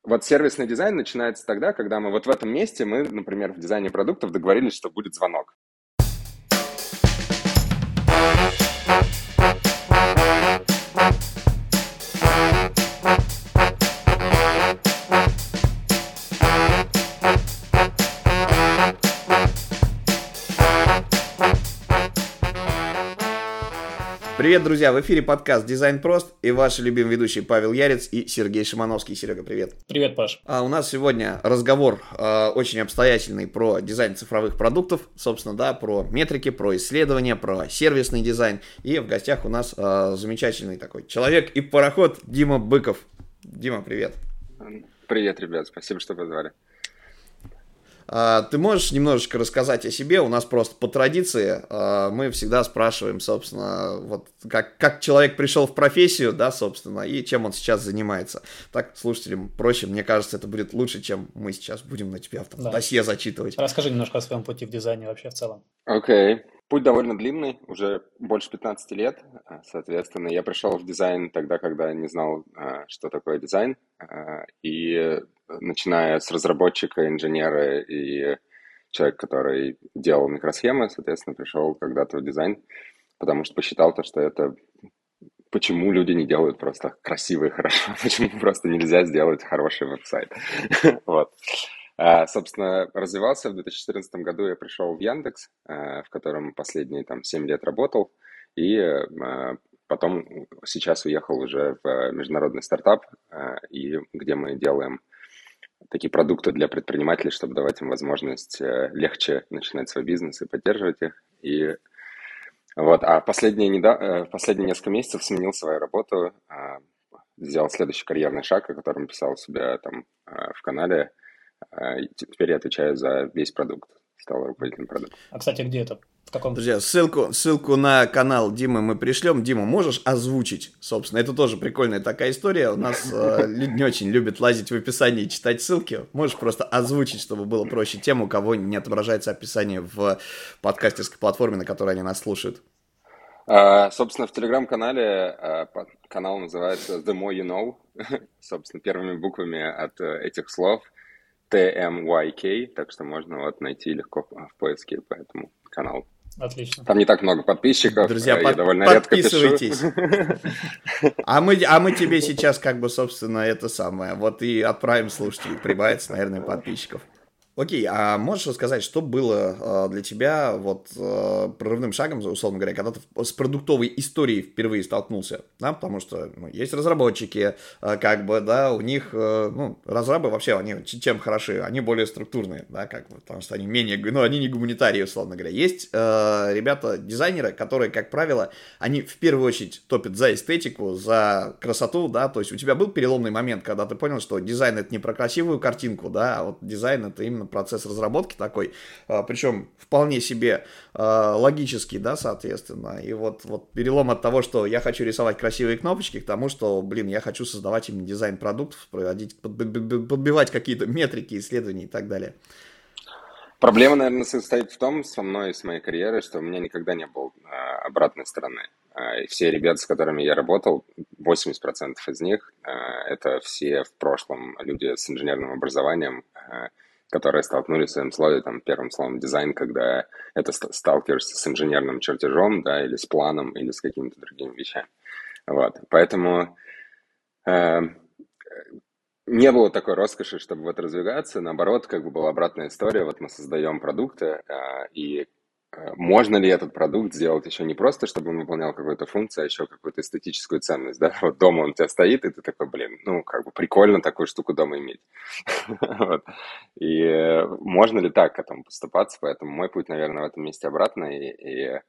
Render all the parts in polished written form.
Вот сервисный дизайн начинается тогда, когда мы вот в этом месте, мы, например, в дизайне продуктов договорились, что будет звонок. Привет, друзья! В эфире подкаст «Дизайн прост» и ваши любимые ведущие Павел Ярец и Сергей Шимановский. Серега, привет! Привет, Паш! У нас сегодня разговор очень обстоятельный про дизайн цифровых продуктов, собственно, да, про метрики, про исследования, про сервисный дизайн. И в гостях у нас замечательный такой человек и пароход Дима Быков. Дима, привет! Привет, ребят, спасибо, что позвали. Ты можешь немножечко рассказать о себе? У нас просто по традиции мы всегда спрашиваем, собственно, вот как человек пришел в профессию, да, собственно, и чем он сейчас занимается. Так слушателям проще, мне кажется, это будет лучше, чем мы сейчас будем на тебя в досье зачитывать. Расскажи немножко о своем пути в дизайне вообще в целом. Окей. Путь довольно длинный, уже больше 15 лет, соответственно. Я пришел в дизайн тогда, когда не знал, что такое дизайн, и начиная с разработчика, инженера и человека, который делал микросхемы, соответственно, пришел когда-то в дизайн, потому что посчитал то, что это... Почему люди не делают просто красиво и хорошо? Почему просто нельзя сделать хороший веб-сайт? Вот. Собственно, развивался в 2014 году, я пришел в Яндекс, в котором последние 7 лет работал, и потом сейчас уехал уже в международный стартап, и где мы делаем такие продукты для предпринимателей, чтобы давать им возможность легче начинать свой бизнес и поддерживать их. И вот, а последние несколько месяцев сменил свою работу, сделал следующий карьерный шаг, о котором писал у себя там в канале. Теперь я отвечаю за весь продукт, стал руководителем продукта. А, кстати, где это? В каком? Друзья, ссылку на канал Димы мы пришлем. Дима, можешь озвучить, собственно? Это тоже прикольная такая история. У нас люди не очень любят лазить в описании и читать ссылки. Можешь просто озвучить, чтобы было проще тем, у кого не отображается описание в подкастерской платформе, на которой они нас слушают. Собственно, в телеграм-канале канал называется The More You Know. Собственно, первыми буквами от этих слов TMYK, так что можно найти легко в поиске по этому каналу. Отлично. Там не так много подписчиков, друзья, я довольно редко пишу. Подписывайтесь. А мы тебе сейчас собственно, это самое, вот и отправим слушателей, прибавится, наверное, подписчиков. Окей, а можешь рассказать, что было для тебя прорывным шагом, условно говоря, когда ты с продуктовой историей впервые столкнулся, да, потому что есть разработчики, у них, разрабы вообще, они чем хороши, они более структурные, да, потому что они они не гуманитарии, условно говоря. Есть ребята, дизайнеры, которые, как правило, они в первую очередь топят за эстетику, за красоту, да, то есть у тебя был переломный момент, когда ты понял, что дизайн это не про красивую картинку, да, а вот дизайн это именно процесс разработки такой, причем вполне себе логический, да, соответственно, и вот перелом от того, что я хочу рисовать красивые кнопочки, к тому, что, я хочу создавать именно дизайн продуктов, подбивать какие-то метрики, исследования и так далее. Проблема, наверное, состоит в том, со мной, с моей карьерой, что у меня никогда не было обратной стороны. И все ребята, с которыми я работал, 80% из них, это все в прошлом люди с инженерным образованием, которые столкнулись в своем слове, первым словом дизайн, когда это сталкиваешься с инженерным чертежом, да, или с планом, или с какими-то другими вещами. Вот. Поэтому не было такой роскоши, чтобы развиваться. Наоборот, была обратная история. Мы создаем продукты, и можно ли этот продукт сделать еще не просто, чтобы он выполнял какую-то функцию, а еще какую-то эстетическую ценность, да? Вот дома он у тебя стоит, и ты такой, прикольно такую штуку дома иметь. И можно ли так к этому поступаться? Поэтому мой путь, наверное, в этом месте обратный.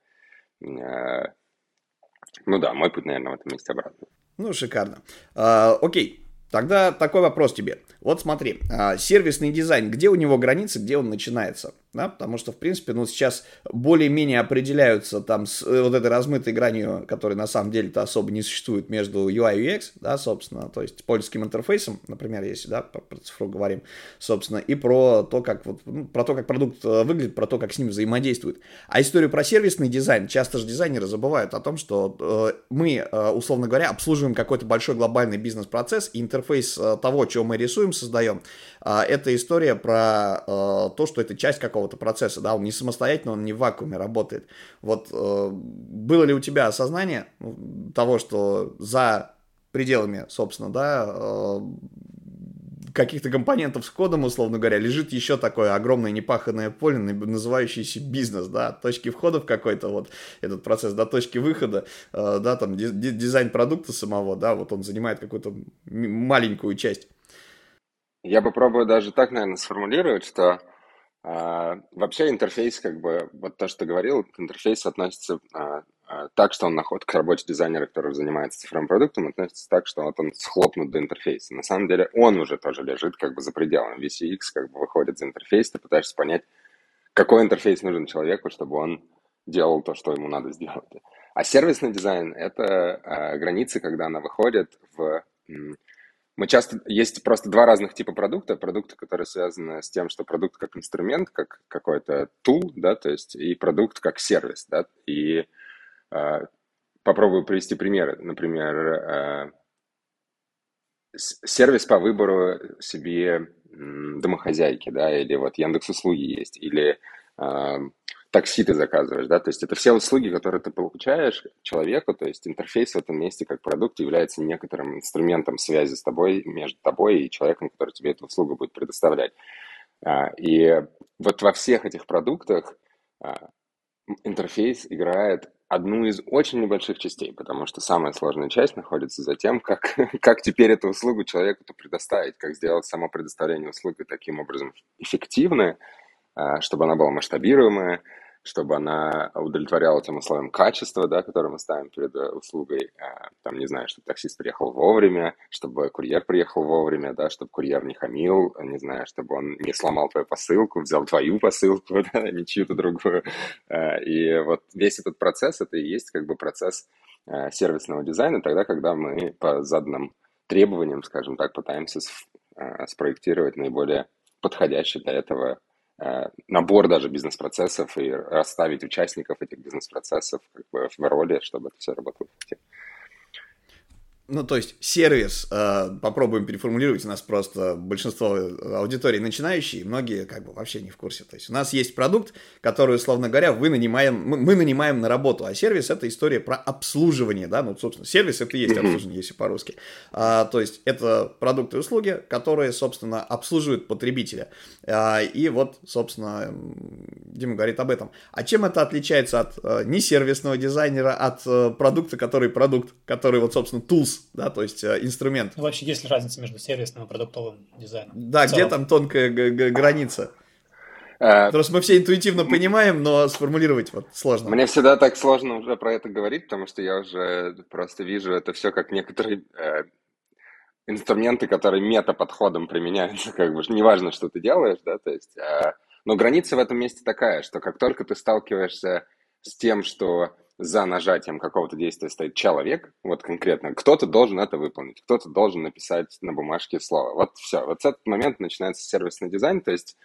Мой путь, наверное, в этом месте обратный. Шикарно. Окей. Тогда такой вопрос тебе. Вот смотри, сервисный дизайн, где у него границы, где он начинается? да, потому что, в принципе, ну, сейчас более-менее определяются там с вот этой размытой гранью, которая на самом деле-то особо не существует между UI и UX, да, собственно, то есть пользовательским интерфейсом, например, если, да, про цифру говорим, собственно, и про то, как вот, ну, про то, как продукт выглядит, про то, как с ним взаимодействует. А историю про сервисный дизайн, часто же дизайнеры забывают о том, что мы, условно говоря, обслуживаем какой-то большой глобальный бизнес-процесс, и интерфейс того, чего мы рисуем, создаем, это история про то, что это часть какого-то процесса, да, он не самостоятельно, он не в вакууме работает. Вот было ли у тебя осознание того, что за пределами, собственно, да, каких-то компонентов с кодом, условно говоря, лежит еще такое огромное непаханное поле, называющееся бизнес, да, от точки входа в какой-то вот этот процесс до точки выхода, да, там дизайн продукта самого, да, вот он занимает какую-то маленькую часть. Я попробую даже так, наверное, сформулировать, что вообще интерфейс, как бы, вот то, что ты говорил, к интерфейсу относится так, что он находит к работе дизайнера, который занимается цифровым продуктом, относится так, что вот он схлопнут до интерфейса. На самом деле он уже тоже лежит как бы за пределами. VCX как бы выходит за интерфейс, ты пытаешься понять, какой интерфейс нужен человеку, чтобы он делал то, что ему надо сделать. А сервисный дизайн — это границы, когда она выходит в... Мы часто... Есть просто два разных типа продукта. Продукты, которые связаны с тем, что продукт как инструмент, как какой-то tool, да, то есть, и продукт как сервис, да, и попробую привести примеры. Например, сервис по выбору себе домохозяйки, да, или вот Яндекс.Услуги есть, или такси ты заказываешь, да, то есть это все услуги, которые ты получаешь человеку, то есть интерфейс в этом месте как продукт является некоторым инструментом связи с тобой, между тобой и человеком, который тебе эту услугу будет предоставлять. И вот во всех этих продуктах интерфейс играет одну из очень небольших частей, потому что самая сложная часть находится за тем, как теперь эту услугу человеку предоставить, как сделать само предоставление услуги таким образом эффективно, чтобы она была масштабируемая, чтобы она удовлетворяла тем условиям качества, да, которые мы ставим перед услугой. Там, не знаю, чтобы таксист приехал вовремя, чтобы курьер приехал вовремя, да, чтобы курьер не хамил, не знаю, чтобы он не сломал твою посылку, взял твою посылку, да, не чью-то другую. И вот весь этот процесс, это и есть как бы процесс сервисного дизайна, тогда, когда мы по заданным требованиям, скажем так, пытаемся спроектировать наиболее подходящий для этого набор даже бизнес-процессов и расставить участников этих бизнес-процессов как бы в роли, чтобы это все работало эффективно. Ну, то есть сервис, попробуем переформулировать, у нас просто большинство аудитории начинающие, многие как бы вообще не в курсе. То есть у нас есть продукт, который, условно говоря, мы нанимаем на работу, а сервис — это история про обслуживание, да, ну, собственно, сервис — это и есть обслуживание, если по-русски. То есть это продукты и услуги, которые, собственно, обслуживают потребителя. И вот, собственно, Дима говорит об этом. А чем это отличается от несервисного дизайнера, от продукта, который вот, собственно, tools, да, то есть инструмент. Ну, вообще, есть ли разница между сервисным и продуктовым дизайном? Да, где там тонкая граница? Потому что мы все интуитивно понимаем, но сформулировать вот сложно. Мне всегда так сложно уже про это говорить, потому что я уже просто вижу это все как некоторые инструменты, которые мета-подходом применяются, как бы, неважно, что ты делаешь, да, то есть, но граница в этом месте такая, что как только ты сталкиваешься с тем, что за нажатием какого-то действия стоит человек, вот конкретно, кто-то должен это выполнить, кто-то должен написать на бумажке слово. Вот все. Вот с этого момента начинается сервисный дизайн, то есть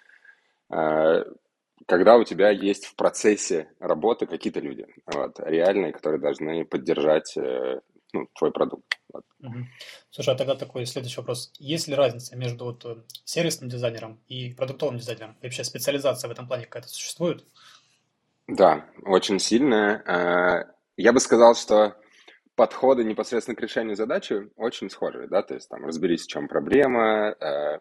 когда у тебя есть в процессе работы какие-то люди, вот, реальные, которые должны поддержать твой продукт. Вот. Слушай, а тогда такой следующий вопрос. Есть ли разница между вот сервисным дизайнером и продуктовым дизайнером? Вообще специализация в этом плане какая-то существует? Да, очень сильная. Я бы сказал, что подходы непосредственно к решению задачи очень схожие, да, то есть там разберись, в чем проблема,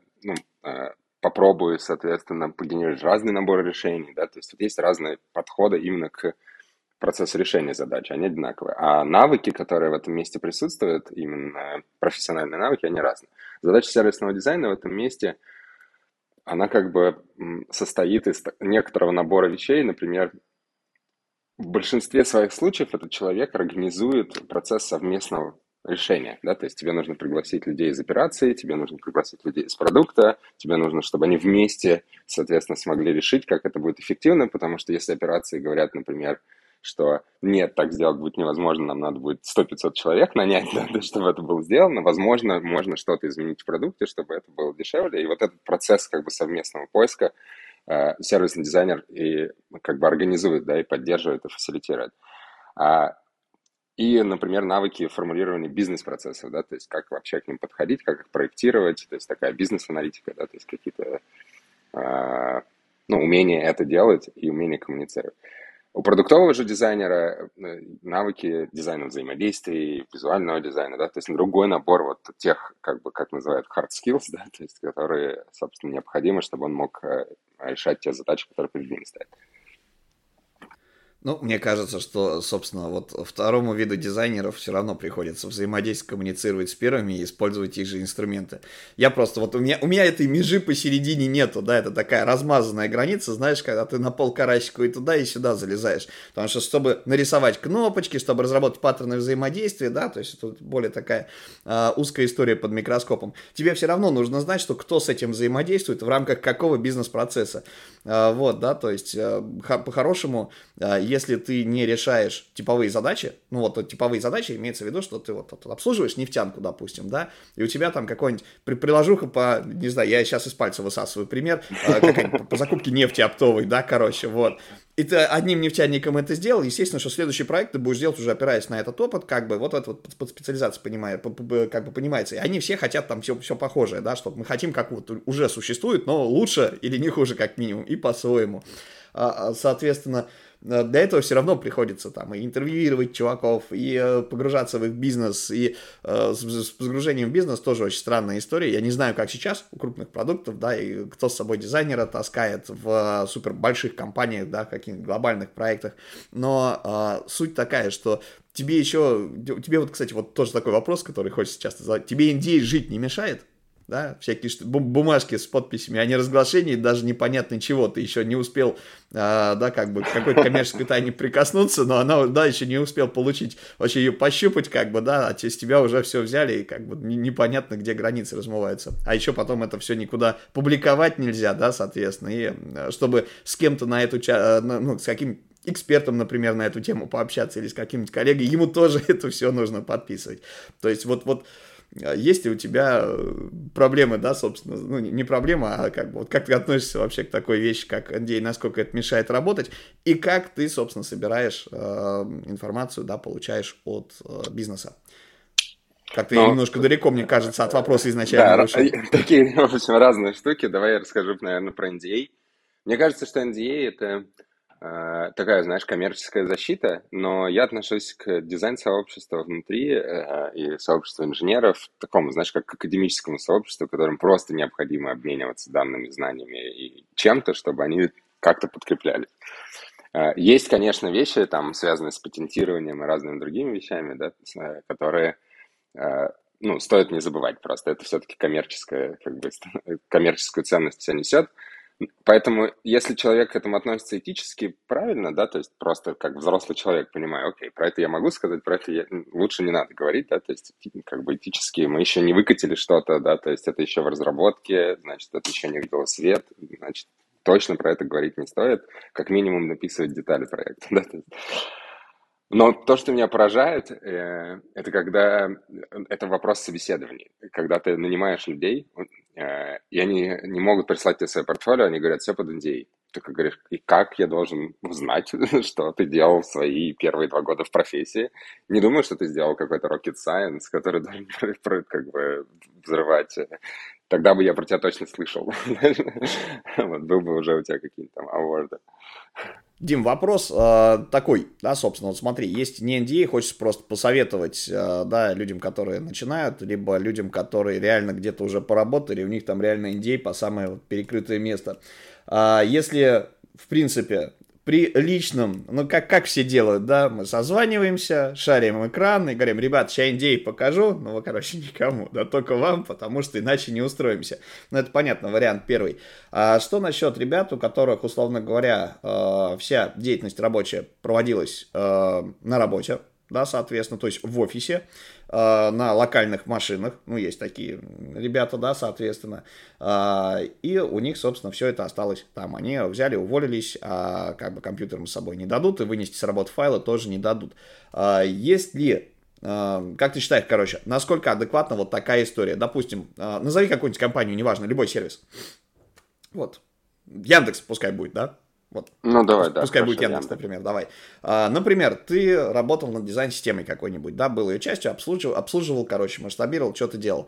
попробуй, соответственно, погенерировать разные наборы решений, да, то есть вот есть разные подходы именно к процессу решения задачи, они одинаковые. А навыки, которые в этом месте присутствуют, именно профессиональные навыки, они разные. Задача сервисного дизайна в этом месте, она как бы состоит из некоторого набора вещей, например, в большинстве своих случаев этот человек организует процесс совместного решение, да, то есть тебе нужно пригласить людей из операции, тебе нужно пригласить людей из продукта, тебе нужно, чтобы они вместе, соответственно, смогли решить, как это будет эффективно, потому что если операции говорят, например, что нет, так сделать будет невозможно, нам надо будет 100-500 человек нанять, да, чтобы это было сделано, возможно, можно что-то изменить в продукте, чтобы это было дешевле, и вот этот процесс как бы совместного поиска сервисный дизайнер и как бы организует, да, и поддерживает, и фасилитирует. И, например, навыки формулирования бизнес-процессов, да, то есть как вообще к ним подходить, как их проектировать, то есть такая бизнес-аналитика, да, то есть какие-то, умение это делать и умение коммуницировать. У продуктового же дизайнера навыки дизайна взаимодействий, визуального дизайна, да, то есть другой набор вот тех, как бы, как называют, hard skills, да, то есть которые, собственно, необходимы, чтобы он мог решать те задачи, которые перед ним стоят. Ну, мне кажется, что, собственно, вот второму виду дизайнеров все равно приходится взаимодействовать, коммуницировать с первыми и использовать их же инструменты. Я просто, вот у меня этой межи посередине нету, да, это такая размазанная граница, знаешь, когда ты на пол карасику и туда, и сюда залезаешь. Потому что, чтобы нарисовать кнопочки, чтобы разработать паттерны взаимодействия, да, то есть это более такая узкая история под микроскопом, тебе все равно нужно знать, что кто с этим взаимодействует, в рамках какого бизнес-процесса. Вот, да, то есть по-хорошему, если ты не решаешь типовые задачи, ну вот типовые задачи имеется в виду, что ты вот обслуживаешь нефтянку, допустим, да, и у тебя там какой-нибудь приложуха по, не знаю, я сейчас из пальца высасываю пример, какая-нибудь по закупке нефти оптовой, да, короче, вот. И ты одним нефтяником это сделал, естественно, что следующий проект ты будешь делать уже опираясь на этот опыт, как бы вот это вот под специализацию как бы понимается. И они все хотят там все похожее, да, что мы хотим, как вот уже существует, но лучше или не хуже, как минимум, и по-своему. Соответственно, для этого все равно приходится там и интервьюировать чуваков, и погружаться в их бизнес, и с погружением в бизнес тоже очень странная история. Я не знаю, как сейчас у крупных продуктов, да, и кто с собой дизайнера таскает в супер больших компаниях, да, каких-нибудь глобальных проектах, но суть такая, что тебе вот, кстати, вот тоже такой вопрос, который хочется часто задать, тебе NDA жить не мешает? Да, всякие бумажки с подписями о неразглашении, даже непонятно чего, ты еще не успел, да, как бы к какой-то коммерческой тайне прикоснуться, но она, да, еще не успел получить, вообще ее пощупать, как бы, да, а с тебя уже все взяли, и как бы непонятно, где границы размываются. А еще потом это все никуда публиковать нельзя, да, соответственно, и чтобы с кем-то на эту, ну, с каким экспертом, например, на эту тему пообщаться или с каким-нибудь коллегой, ему тоже это все нужно подписывать. То есть вот есть ли у тебя проблемы, да, собственно, ну, не проблема, а как бы, вот как ты относишься вообще к такой вещи, как NDA, насколько это мешает работать, и как ты, собственно, собираешь информацию, да, получаешь от бизнеса? Как-то я немножко далеко, мне кажется, от вопроса изначально вышел. Такие, в общем, разные штуки. Давай я расскажу, наверное, про NDA. Мне кажется, что NDA — это такая, знаешь, коммерческая защита, но я отношусь к дизайн-сообществу внутри и сообществу инженеров, такому, знаешь, как к академическому сообществу, которым просто необходимо обмениваться данными, знаниями и чем-то, чтобы они как-то подкреплялись. Есть, конечно, вещи, там, связанные с патентированием и разными другими вещами, да, которые, ну, стоит не забывать просто. Это все-таки коммерческая, как бы, коммерческую ценность все несет. Поэтому, если человек к этому относится этически правильно, да, то есть просто как взрослый человек, понимаю, окей, про это я могу сказать, про это лучше не надо говорить, да, то есть как бы этически мы еще не выкатили что-то, да, то есть это еще в разработке, значит, это еще не видел свет, значит, точно про это говорить не стоит, как минимум написывать детали проекта, да, то есть. Но то, что меня поражает, это когда это вопрос собеседований. Когда ты нанимаешь людей, и они не могут прислать тебе свое портфолио, они говорят, все под NDA. Ты как говоришь, и как я должен узнать, что ты делал в свои первые 2 года в профессии? Не думаю, что ты сделал какой-то rocket science, который должен как бы взрывать. Тогда бы я про тебя точно слышал. Вот, был бы уже у тебя какие-то там аворды. Дим, вопрос такой, да, собственно, вот смотри, есть не NDA, хочется просто посоветовать, да, людям, которые начинают, либо людям, которые реально где-то уже поработали, у них там реально NDA по самое вот перекрытое место. Если, в принципе, при личном, ну, как все делают, да, мы созваниваемся, шарим экран и говорим, ребят, сейчас NDA покажу, ну, вы, короче, никому, да, только вам, потому что иначе не устроимся. Ну, это понятно, вариант первый. А что насчет ребят, у которых, условно говоря, вся деятельность рабочая проводилась на работе, да, соответственно, то есть в офисе, на локальных машинах, ну, есть такие ребята, да, соответственно, и у них, собственно, все это осталось там. Они взяли, уволились, а как бы компьютером с собой не дадут, и вынести с работы файлы тоже не дадут. Есть ли как ты считаешь, короче, насколько адекватна вот такая история? Допустим, назови какую-нибудь компанию, неважно, любой сервис. Вот. Яндекс пускай будет, да? Вот. Ну, давай, да. Пускай будет хорошо, Яндекс, например, давай. Например, ты работал над дизайн-системой какой-нибудь, да, был ее частью, обслуживал, короче, масштабировал, что-то делал.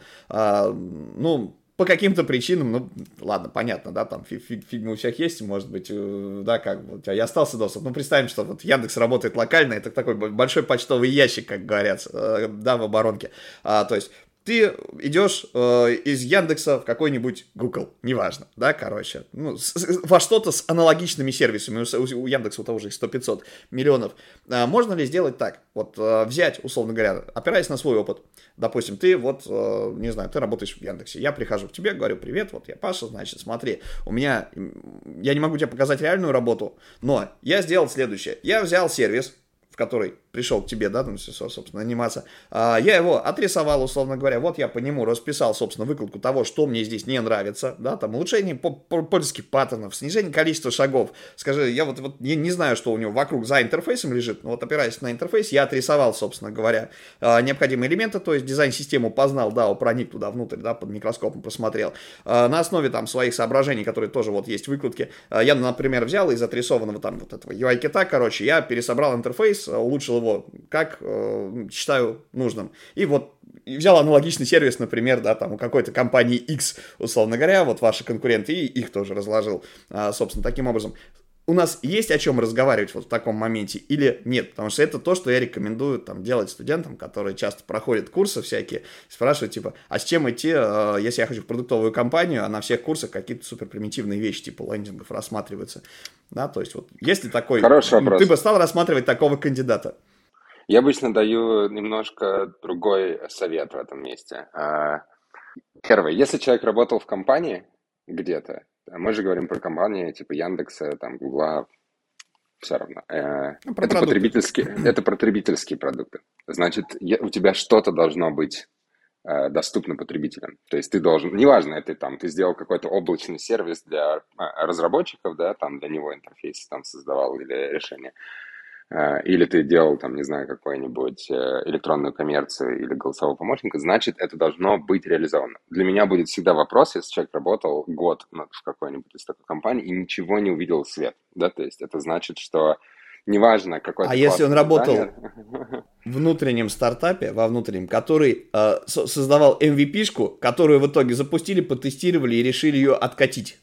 Ну, по каким-то причинам, ну, ладно, понятно, да, там фигмы у всех есть, может быть, да, как бы у тебя и остался доступ. Ну, представим, что вот Яндекс работает локально, это такой большой почтовый ящик, как говорят, да, в оборонке. То есть ты идешь из Яндекса в какой-нибудь Google, неважно, да, короче, ну, во что-то с аналогичными сервисами, у Яндекса у того же их 100-500 миллионов. Можно ли сделать так, вот взять, условно говоря, опираясь на свой опыт, допустим, ты вот, не знаю, ты работаешь в Яндексе, я прихожу к тебе, говорю, привет, вот я Паша, значит, смотри, я не могу тебе показать реальную работу, но я сделал следующее, я взял сервис, в который пришел к тебе, да, там, собственно, наниматься, я его отрисовал, условно говоря, вот я по нему расписал, собственно, выкладку того, что мне здесь не нравится, да, там, улучшение пользовательских паттернов, снижение количества шагов, скажи, я вот не знаю, что у него вокруг за интерфейсом лежит, но вот опираясь на интерфейс, я отрисовал, собственно говоря, необходимые элементы, то есть дизайн-систему познал, да, проник туда внутрь, да, под микроскопом посмотрел, на основе там своих соображений, которые тоже вот есть в выкладке, я, например, взял из отрисованного там вот этого UI-кита, короче, я пересобрал интерфейс, улучшил его, как считаю нужным. И вот взял аналогичный сервис, например, да, там у какой-то компании X, условно говоря, вот ваши конкуренты, и их тоже разложил, собственно, таким образом. У нас есть о чем разговаривать вот в таком моменте или нет? Потому что это то, что я рекомендую там делать студентам, которые часто проходят курсы всякие, спрашивают типа, а с чем идти, если я хочу в продуктовую компанию, а на всех курсах какие-то супер примитивные вещи типа лендингов рассматриваются. Да, то есть вот если такой, Хороший вопрос. ты бы стал рассматривать такого кандидата? Я обычно даю немножко другой совет в этом месте. Первый, если человек работал в компании где-то, мы же говорим про компании типа Яндекса, там, Гугла, все равно. Это потребительские продукты. Значит, у тебя что-то должно быть доступно потребителям. То есть ты должен, неважно, это там, ты сделал какой-то облачный сервис для разработчиков, да, там для него интерфейс там создавал или решение. Или ты делал, там, не знаю, какую-нибудь электронную коммерцию или голосового помощника, значит, это должно быть реализовано. Для меня будет всегда вопрос, если человек работал год в какой-нибудь из такой компании и ничего не увидел свет, да, то есть это значит, что неважно, какой А если он работал в внутреннем стартапе, во внутреннем, который создавал MVP-шку, которую в итоге запустили, потестировали и решили ее откатить.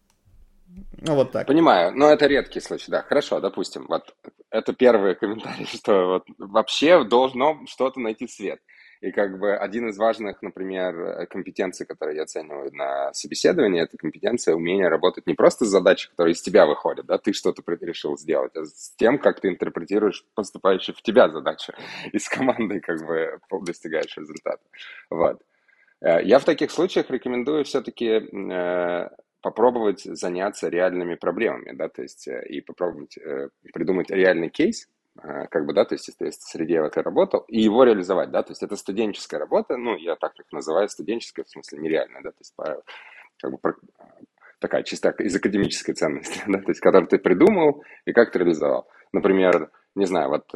Ну, вот так. Понимаю, но это редкий случай, да. Хорошо, допустим, вот это первый комментарий, что вот вообще должно что-то найти свет. И как бы один из важных, например, компетенций, которые я оцениваю на собеседовании, это компетенция умения работать не просто с задачей, которая из тебя выходит, да, ты что-то решил сделать, а с тем, как ты интерпретируешь поступающую в тебя задачу, и с командой как бы достигаешь результата. Вот. Я в таких случаях рекомендую все-таки попробовать заняться реальными проблемами, да, то есть и попробовать придумать реальный кейс, как бы, да, то есть если ты в среде в этой работал, и его реализовать, да, то есть это студенческая работа, ну, я так их называю, студенческая, в смысле нереальная, да, то есть как бы такая чисто из академической ценности, да, то есть которую ты придумал и как ты реализовал. Например, не знаю, вот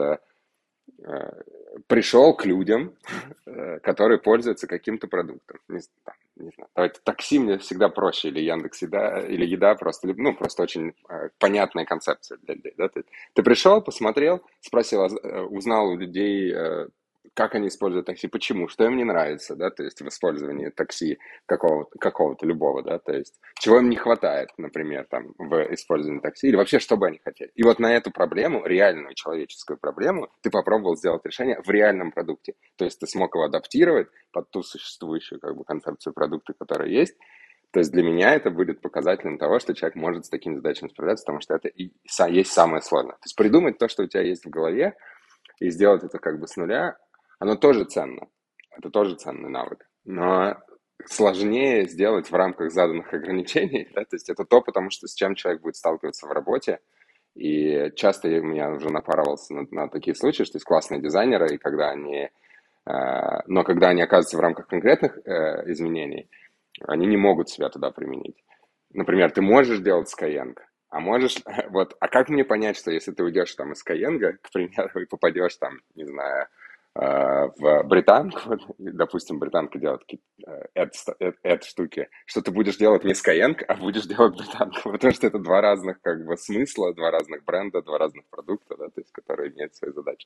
пришел к людям, которые пользуются каким-то продуктом. Не знаю, давайте такси мне всегда проще, или Яндекс.Еда, или еда просто, ну, просто очень понятная концепция для людей. Да? Ты пришел, посмотрел, спросил, узнал у людей, как они используют такси, почему, что им не нравится, да, то есть в использовании такси какого-то любого, да, то есть чего им не хватает, например, там, в использовании такси, или вообще, что бы они хотели. И вот на эту проблему, реальную человеческую проблему, ты попробовал сделать решение в реальном продукте, то есть ты смог его адаптировать под ту существующую, как бы, концепцию продукта, которая есть. То есть для меня это будет показателем того, что человек может с такими задачами справляться, потому что это и есть самое сложное. То есть придумать то, что у тебя есть в голове, и сделать это как бы с нуля, оно тоже ценно. Это тоже ценный навык. Но сложнее сделать в рамках заданных ограничений. Да? То есть это то, потому что с чем человек будет сталкиваться в работе. И часто я уже напарывался на такие случаи, что есть классные дизайнеры, и но когда они оказываются в рамках конкретных изменений, они не могут себя туда применить. Например, ты можешь делать Skyeng, а можешь... Вот, а как мне понять, что если ты уйдешь там из Skyeng, к примеру, и попадешь там, не знаю, в британку, вот, допустим, британка делает какие-то ad-штуки, что ты будешь делать не Skyeng, а будешь делать британку, потому что это два разных как бы смысла, два разных бренда, два разных продукта, да, то есть, которые имеют свои задачи.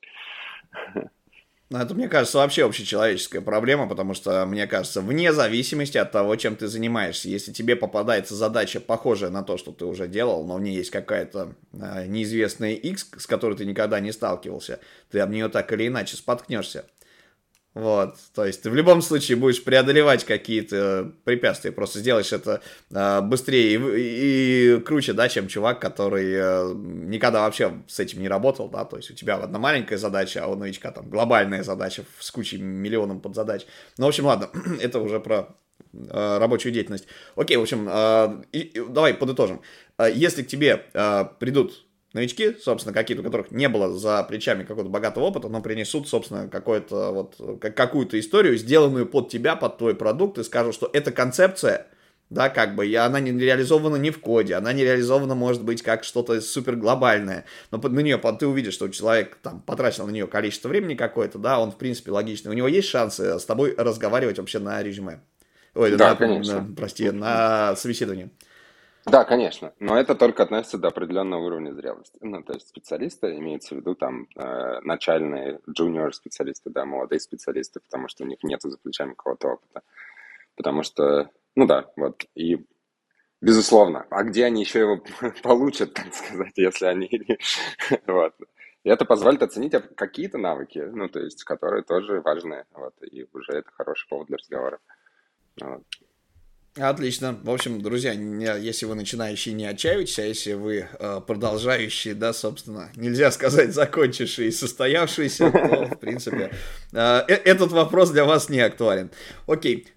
Ну, это, мне кажется, вообще общечеловеческая проблема, потому что, мне кажется, вне зависимости от того, чем ты занимаешься, если тебе попадается задача, похожая на то, что ты уже делал, но в ней есть какая-то неизвестная X, с которой ты никогда не сталкивался, ты об нее так или иначе споткнешься. Вот, то есть ты в любом случае будешь преодолевать какие-то препятствия, просто сделаешь это быстрее и круче, да, чем чувак, который никогда вообще с этим не работал, да, то есть у тебя одна маленькая задача, а у новичка там глобальная задача с кучей миллионом подзадач. Ну, в общем, ладно, это уже про рабочую деятельность. Окей, в общем, давай подытожим. Если к тебе придут новички, собственно, какие-то, у которых не было за плечами какого-то богатого опыта, но принесут, собственно, какую-то историю, сделанную под тебя, под твой продукт, и скажут, что эта концепция, да, как бы, и она не реализована не в коде, она не реализована, может быть, как что-то супер глобальное, но на нее ты увидишь, что человек там потратил на нее количество времени какое-то, да, он, в принципе, логичный, у него есть шансы с тобой разговаривать вообще на резюме. Ой, Да, конечно. прости, на собеседовании. Да, конечно, но это только относится до определенного уровня зрелости. Ну, то есть специалисты, имеется в виду там начальные, junior специалисты, да, молодые специалисты, потому что у них нет за плечами какого-то опыта. Потому что, ну да, вот, и безусловно, а где они еще его получат, так сказать, если они... Вот. И это позволит оценить какие-то навыки, ну, то есть, которые тоже важны, вот, и уже это хороший повод для разговора. Вот. Отлично. В общем, друзья, если вы начинающие, не отчаивайтесь, а если вы продолжающие, да, собственно, нельзя сказать закончившие и состоявшиеся, то, в принципе, этот вопрос для вас не актуален. Окей.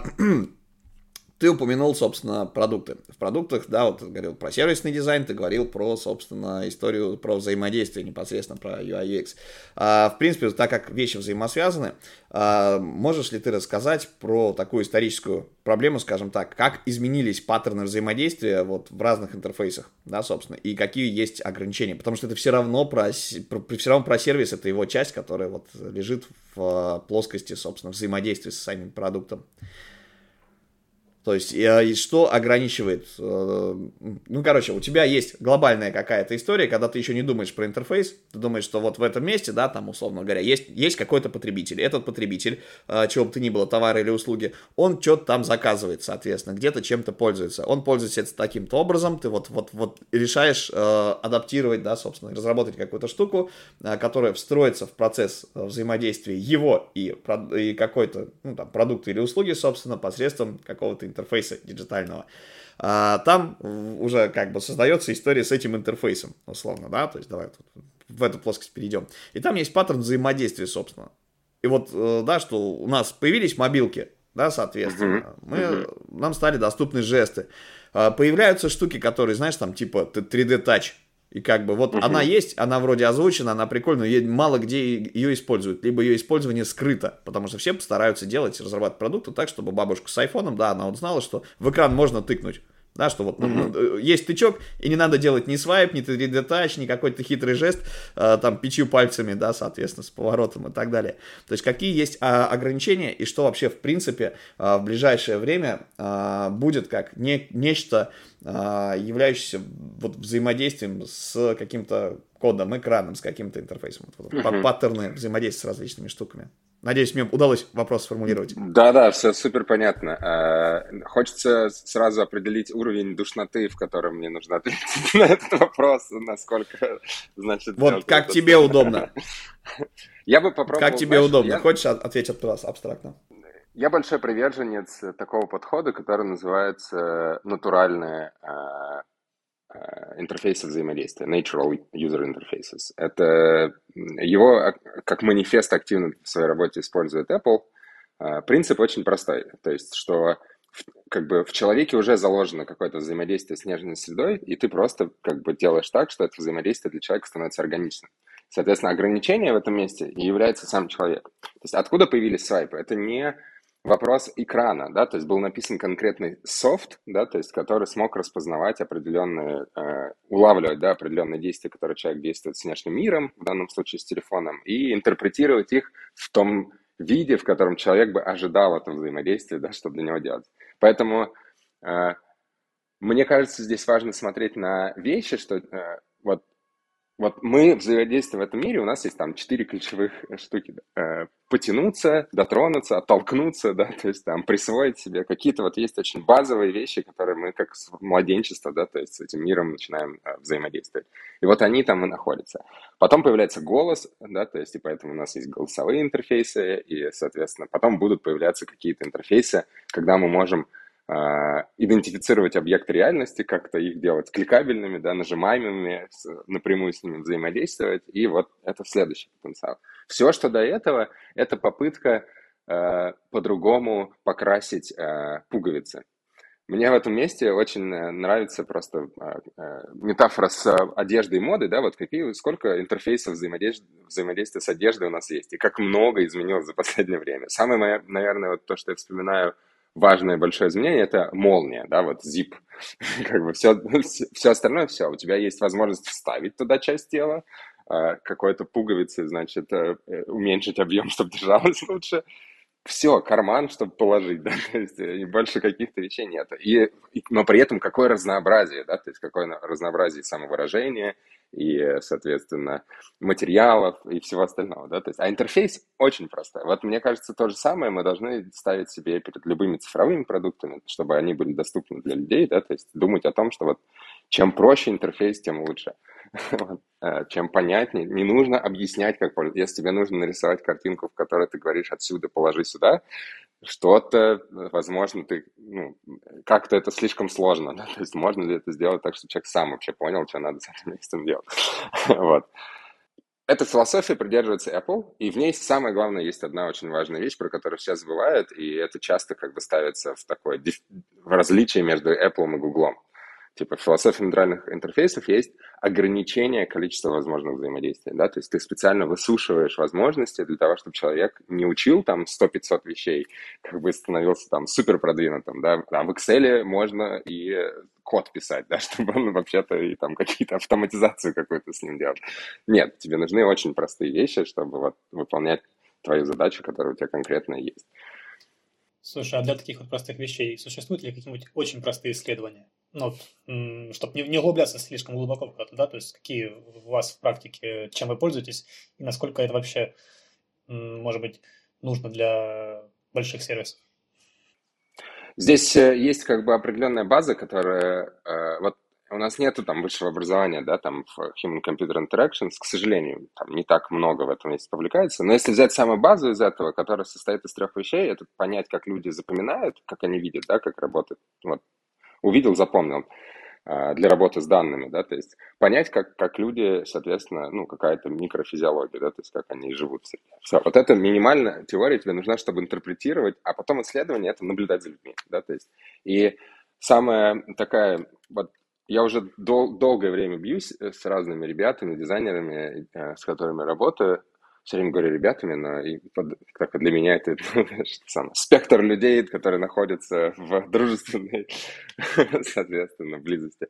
Ты упомянул, собственно, продукты. В продуктах, да, вот ты говорил про сервисный дизайн, ты говорил про, собственно, историю, про взаимодействие непосредственно, про UI UX. В принципе, так как вещи взаимосвязаны, можешь ли ты рассказать про такую историческую проблему, скажем так, как изменились паттерны взаимодействия вот в разных интерфейсах, да, собственно, и какие есть ограничения? Потому что это все равно про сервис, это его часть, которая вот лежит в плоскости, собственно, взаимодействия с самим продуктом. То есть, и что ограничивает... Ну, короче, у тебя есть глобальная какая-то история, когда ты еще не думаешь про интерфейс, ты думаешь, что вот в этом месте, да, там, условно говоря, есть какой-то потребитель. Этот потребитель, чего бы то ни было, товары или услуги, он что-то там заказывает, соответственно, где-то чем-то пользуется. Он пользуется таким-то образом, ты вот решаешь адаптировать, да, собственно, разработать какую-то штуку, которая встроится в процесс взаимодействия его и какой-то, ну, там, продукта или услуги, собственно, посредством какого-то интерфейса диджитального. Там уже как бы создается история с этим интерфейсом, условно, да, то есть давай в эту плоскость перейдем. И там есть паттерн взаимодействия, собственно. И вот, да, что у нас появились мобилки, да, соответственно, нам стали доступны жесты. Появляются штуки, которые, знаешь, там типа 3D Touch. И как бы вот она есть, она вроде озвучена, она прикольная, но мало где ее используют. Либо ее использование скрыто, потому что все постараются разрабатывать продукты так, чтобы бабушка с айфоном, да, она вот знала, что в экран можно тыкнуть. Да, что вот есть тычок, и не надо делать ни свайп, ни 3D Touch, ни какой-то хитрый жест, там, 5 пальцами, да, соответственно, с поворотом и так далее. То есть, какие есть ограничения, и что вообще, в принципе, в ближайшее время будет как нечто, являющееся вот взаимодействием с каким-то кодом, экраном, с каким-то интерфейсом. Вот, паттерны взаимодействия с различными штуками. Надеюсь, мне удалось вопрос сформулировать. Да, все супер понятно. Хочется сразу определить уровень душноты, в котором мне нужно ответить на этот вопрос, насколько, значит... Вот как тебе удобно. Я бы попробовал... Как тебе удобно? Хочешь ответить абстрактно? Я большой приверженец такого подхода, который называется натуральные интерфейсы взаимодействия, natural user interfaces. Это его как манифест активно в своей работе использует Apple. Принцип очень простой. То есть, что как бы в человеке уже заложено какое-то взаимодействие с нежной средой, и ты просто как бы делаешь так, что это взаимодействие для человека становится органичным. Соответственно, ограничение в этом месте и является сам человек. То есть откуда появились свайпы? Это не вопрос экрана, да, то есть был написан конкретный софт, да, то есть который смог распознавать определенные, улавливать, да, определенные действия, которые человек действует с внешним миром, в данном случае с телефоном, и интерпретировать их в том виде, в котором человек бы ожидал этого взаимодействия, да, чтобы для него делать. Поэтому мне кажется, здесь важно смотреть на вещи, что вот мы взаимодействуем в этом мире, у нас есть там 4 ключевых штуки. Потянуться, дотронуться, оттолкнуться, да, то есть там присвоить себе какие-то вот есть очень базовые вещи, которые мы как с младенчества, да, то есть с этим миром начинаем взаимодействовать. И вот они там и находятся. Потом появляется голос, да, то есть и поэтому у нас есть голосовые интерфейсы, и, соответственно, потом будут появляться какие-то интерфейсы, когда мы можем идентифицировать объекты реальности, как-то их делать кликабельными, да, нажимаемыми, напрямую с ними взаимодействовать, и вот это следующий потенциал. Все, что до этого, это попытка по-другому покрасить пуговицы. Мне в этом месте очень нравится просто метафора с одеждой и модой, да, вот сколько интерфейсов взаимодействия с одеждой у нас есть, и как много изменилось за последнее время. Самое, наверное, вот то, что я вспоминаю, важное большое изменение – это молния, да, вот zip. Как бы все остальное, все. У тебя есть возможность вставить туда часть тела, какой-то пуговицы, значит, уменьшить объем, чтобы держалось лучше. Все, карман, чтобы положить, да, то есть и больше каких-то вещей нет. Но при этом какое разнообразие, да, то есть какое разнообразие самовыражения и, соответственно, материалов и всего остального, да, то есть, а интерфейс очень простой. Вот мне кажется, то же самое мы должны ставить себе перед любыми цифровыми продуктами, чтобы они были доступны для людей, да, то есть думать о том, что вот чем проще интерфейс, тем лучше. Чем понятнее. Не нужно объяснять, как пользоваться. Если тебе нужно нарисовать картинку, в которой ты говоришь отсюда положи сюда, что-то, возможно, как-то это слишком сложно. Да? То есть можно ли это сделать так, чтобы человек сам вообще понял, что надо с этим местом делать. Вот. Эта философия придерживается Apple, и в ней самое главное есть одна очень важная вещь, про которую все забывают, и это часто как бы ставится в такое в различие между Apple и Google. Типа в философии нейральных интерфейсов есть ограничение количества возможных взаимодействий, да, то есть ты специально высушиваешь возможности для того, чтобы человек не учил там 100-500 вещей, как бы становился там супер продвинутым, да, а в Excel можно и код писать, да, чтобы он вообще-то и там какие-то автоматизацию какую-то с ним делать. Нет, тебе нужны очень простые вещи, чтобы вот выполнять твою задачу, которая у тебя конкретно есть. Слушай, а для таких вот простых вещей существуют ли какие-нибудь очень простые исследования? Ну, чтобы не углубляться слишком глубоко куда-то, да, то есть какие у вас в практике, чем вы пользуетесь, и насколько это вообще, может быть, нужно для больших сервисов? Здесь есть как бы определенная база, которая... Вот у нас нету там высшего образования, да, там в Human-Computer Interactions, к сожалению, там не так много в этом месте публикается, но если взять самую базу из этого, которая состоит из 3 вещей, это понять, как люди запоминают, как они видят, да, как работает, вот, увидел, запомнил, для работы с данными, да, то есть понять, как люди, соответственно, ну, какая-то микрофизиология, да, то есть как они живут. Все, вот это минимальная теория тебе нужна, чтобы интерпретировать, а потом исследование – это наблюдать за людьми, да, то есть. И самая такая, вот я уже долгое время бьюсь с разными ребятами, дизайнерами, с которыми работаю, все время говорю ребятами, но как для меня это спектр людей, которые находятся в дружественной, соответственно, близости.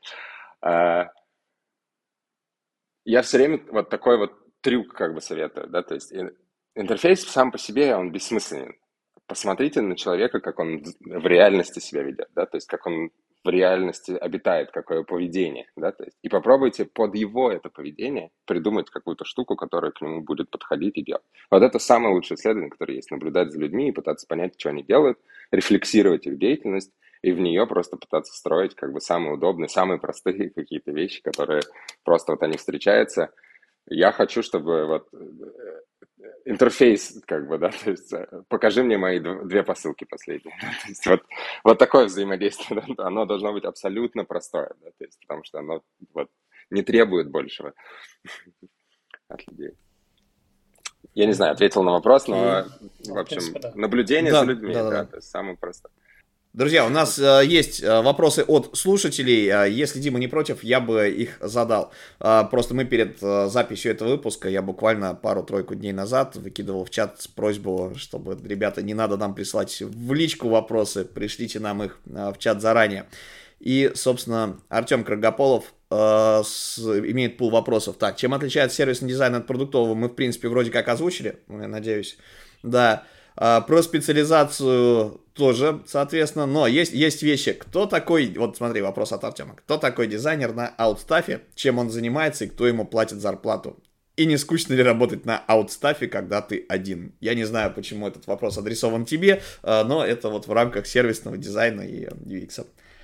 Я все время вот такой вот трюк как бы советую, да, то есть интерфейс сам по себе, он бессмысленен. Посмотрите на человека, как он в реальности себя ведет, да, то есть как он в реальности обитает, какое поведение, да, то есть, и попробуйте под его это поведение придумать какую-то штуку, которая к нему будет подходить и делать. Вот это самое лучшее исследование, которое есть, наблюдать за людьми и пытаться понять, что они делают, рефлексировать их деятельность, и в нее просто пытаться строить как бы самые удобные, самые простые какие-то вещи, которые просто вот они встречаются. Я хочу, чтобы вот интерфейс, как бы, да, то есть покажи мне мои 2 посылки последние. То есть вот такое взаимодействие, да, оно должно быть абсолютно простое, да, то есть, потому что оно вот не требует большего от людей. Я не знаю, ответил на вопрос, но, в общем, принципе, да. наблюдение за людьми, да, то есть самое простое. Друзья, у нас есть вопросы от слушателей. Если Дима не против, я бы их задал. Просто мы перед записью этого выпуска, я буквально пару-тройку дней назад выкидывал в чат просьбу, чтобы, ребята, не надо нам присылать в личку вопросы, пришлите нам их в чат заранее. И, собственно, Артем Крагополов имеет пул вопросов. Так, чем отличается сервисный дизайн от продуктового, мы, в принципе, вроде как озвучили, я надеюсь. Да. Про специализацию тоже, соответственно, но есть вещи. Кто такой, вот смотри, вопрос от Артема. Кто такой дизайнер на аутстафе, чем он занимается и кто ему платит зарплату? И не скучно ли работать на аутстафе, когда ты один? Я не знаю, почему этот вопрос адресован тебе, но это вот в рамках сервисного дизайна и UX.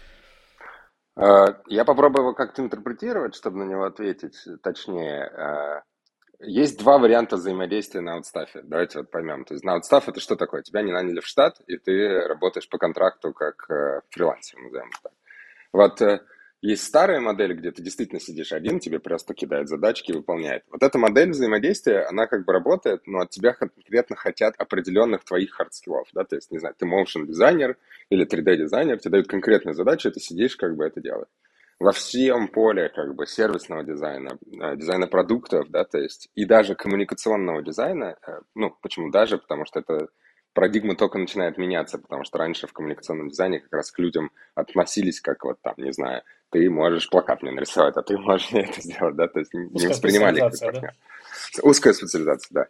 Я попробую его как-то интерпретировать, чтобы на него ответить точнее. Есть два варианта взаимодействия на аутстафе. Давайте вот поймем. То есть на аутстаф это что такое? Тебя не наняли в штат, и ты работаешь по контракту как фрилансер, назовем так. Вот есть старая модель, где ты действительно сидишь один, тебе просто кидают задачки и выполняет. Вот эта модель взаимодействия, она как бы работает, но от тебя конкретно хотят определенных твоих хардскиллов, да, то есть, не знаю, ты motion дизайнер или 3D дизайнер, тебе дают конкретную задачу, и ты сидишь, как бы это делаешь. Во всем поле как бы сервисного дизайна, дизайна продуктов, да, то есть и даже коммуникационного дизайна, ну, почему даже? Потому что это парадигма только начинает меняться, потому что раньше в коммуникационном дизайне как раз к людям относились как вот там, не знаю, ты можешь плакат мне нарисовать, а ты можешь мне это сделать, да, то есть не воспринимали их как партнера. Да? Узкая специализация, да.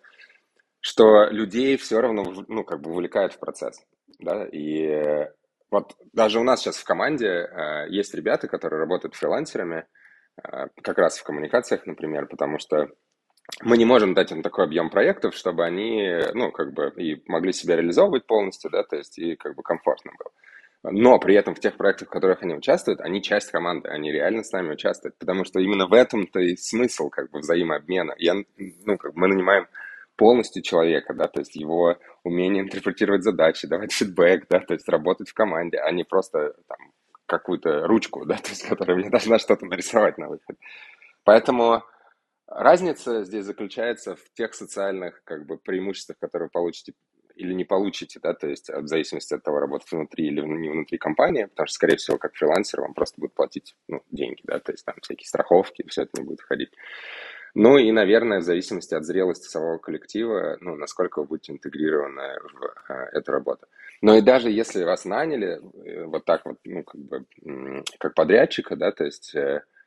Что людей все равно, ну, как бы вовлекает в процесс, да, и вот даже у нас сейчас в команде есть ребята, которые работают фрилансерами, как раз в коммуникациях, например, потому что мы не можем дать им такой объем проектов, чтобы они, ну, как бы и могли себя реализовывать полностью, да, то есть и как бы комфортно было. Но при этом в тех проектах, в которых они участвуют, они часть команды, они реально с нами участвуют, потому что именно в этом-то и смысл как бы взаимообмена. Ну, как бы мы нанимаем полностью человека, да, то есть его умение интерпретировать задачи, давать фидбэк, да, то есть работать в команде, а не просто там какую-то ручку, да, то есть которая мне должна что-то нарисовать на выход. Поэтому разница здесь заключается в тех социальных как бы преимуществах, которые вы получите или не получите, да, то есть в зависимости от того, работать внутри или не внутри компании, потому что, скорее всего, как фрилансер вам просто будут платить, ну, деньги, да, то есть там всякие страховки, все это не будет входить. Ну и, наверное, в зависимости от зрелости самого коллектива, ну, насколько вы будете интегрированы в эту работу. Но и даже если вас наняли вот так вот, ну, как бы, как подрядчика, да, то есть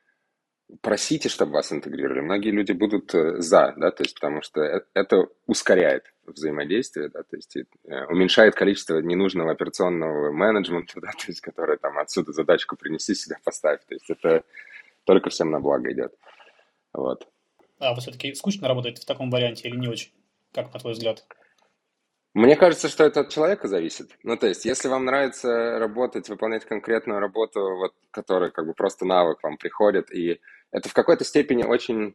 просите, чтобы вас интегрировали. Многие люди будут за, да, то есть потому что это ускоряет взаимодействие, да, то есть уменьшает количество ненужного операционного менеджмента, да, то есть который там отсюда задачку принеси, сюда поставь, то есть это только всем на благо идет. Вот. А вы все-таки скучно работаете в таком варианте или не очень? Как на твой взгляд? Мне кажется, что это от человека зависит. Ну, то есть, если вам нравится работать, выполнять конкретную работу, вот, которая как бы просто навык вам приходит, и это в какой-то степени очень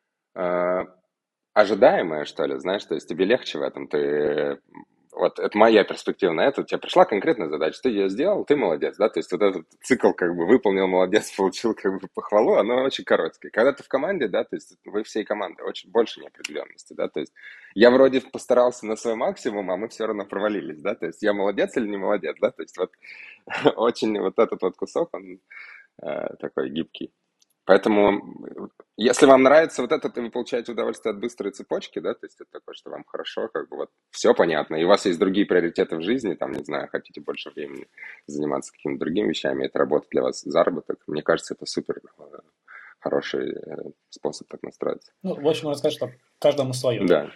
ожидаемое, что ли, знаешь, то есть тебе легче в этом, ты... Вот это моя перспектива на это. У тебя пришла конкретная задача, ты ее сделал, ты молодец, да, то есть вот этот цикл как бы выполнил, молодец, получил как бы похвалу, оно очень короткое. Когда ты в команде, да, то есть вы всей командой, очень больше неопределенности, да, то есть я вроде постарался на свой максимум, а мы все равно провалились, да, то есть я молодец или не молодец, да, то есть вот очень вот этот вот кусок, он такой гибкий. Поэтому, если вам нравится вот это, то вы получаете удовольствие от быстрой цепочки, да, то есть это такое, что вам хорошо, как бы вот все понятно, и у вас есть другие приоритеты в жизни, там, не знаю, хотите больше времени заниматься какими-то другими вещами, это работа для вас, заработок, мне кажется, это супер хороший способ так настроиться. Ну, в общем, можно сказать, что каждому свое. Да.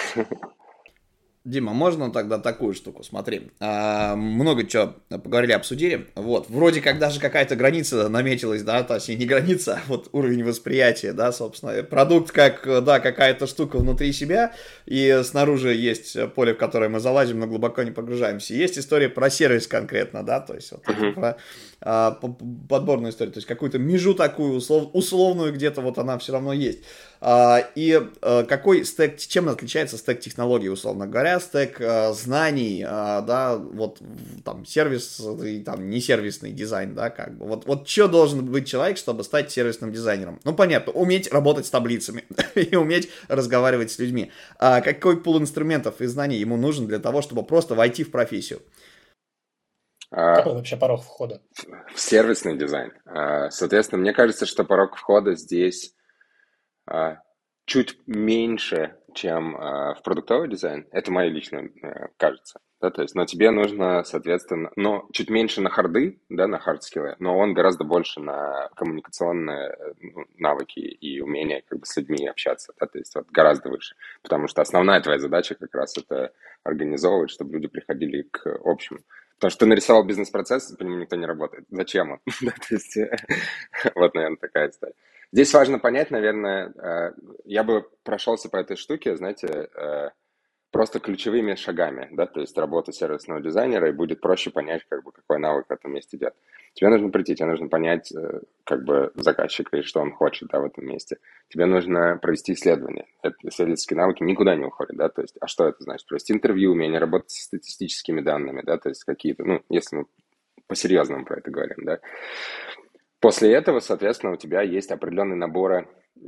Дима, можно тогда такую штуку? Смотри, много чего поговорили, обсудили. Вот, вроде как даже какая-то граница наметилась, да, то есть не граница, а вот уровень восприятия, да, собственно. Продукт как, да, какая-то штука внутри себя, и снаружи есть поле, в которое мы залазим, но глубоко не погружаемся. Есть история про сервис конкретно, да, то есть вот про подборную историю, то есть какую-то межу такую условную где-то вот она все равно есть. И какой стек, чем отличается стек технологий, условно говоря, стек знаний, да, вот там сервис и там не сервисный дизайн, да, как бы. Вот что должен быть человек, чтобы стать сервисным дизайнером? Ну, понятно, уметь работать с таблицами и уметь разговаривать с людьми. Какой пул инструментов и знаний ему нужен для того, чтобы просто войти в профессию? Какой вообще порог входа? В сервисный дизайн. Соответственно, мне кажется, что порог входа здесь а, чуть меньше, чем в продуктовый дизайн. Это мое личное кажется. Да, то есть, но тебе нужно, соответственно, но чуть меньше на харды, да, на хардскиллы, но он гораздо больше на коммуникационные навыки и умение как бы с людьми общаться, да, то есть вот гораздо выше, потому что основная твоя задача как раз это организовывать, чтобы люди приходили к общему. Потому что ты нарисовал бизнес-процесс, по нему никто не работает. Зачем он? Да, то есть, вот, наверное, такая история. Здесь важно понять, наверное, я бы прошелся по этой штуке, знаете, просто ключевыми шагами, да, то есть работа сервисного дизайнера, и будет проще понять, как бы, какой навык в этом месте идет. Тебе нужно прийти, тебе нужно понять, как бы, заказчика и что он хочет, да, в этом месте. Тебе нужно провести исследование. Исследовательские навыки никуда не уходят, да, то есть, а что это значит? Провести интервью, умение работать с статистическими данными, да, то есть какие-то, ну, если мы по-серьезному про это говорим, да. После этого, соответственно, у тебя есть определенные наборы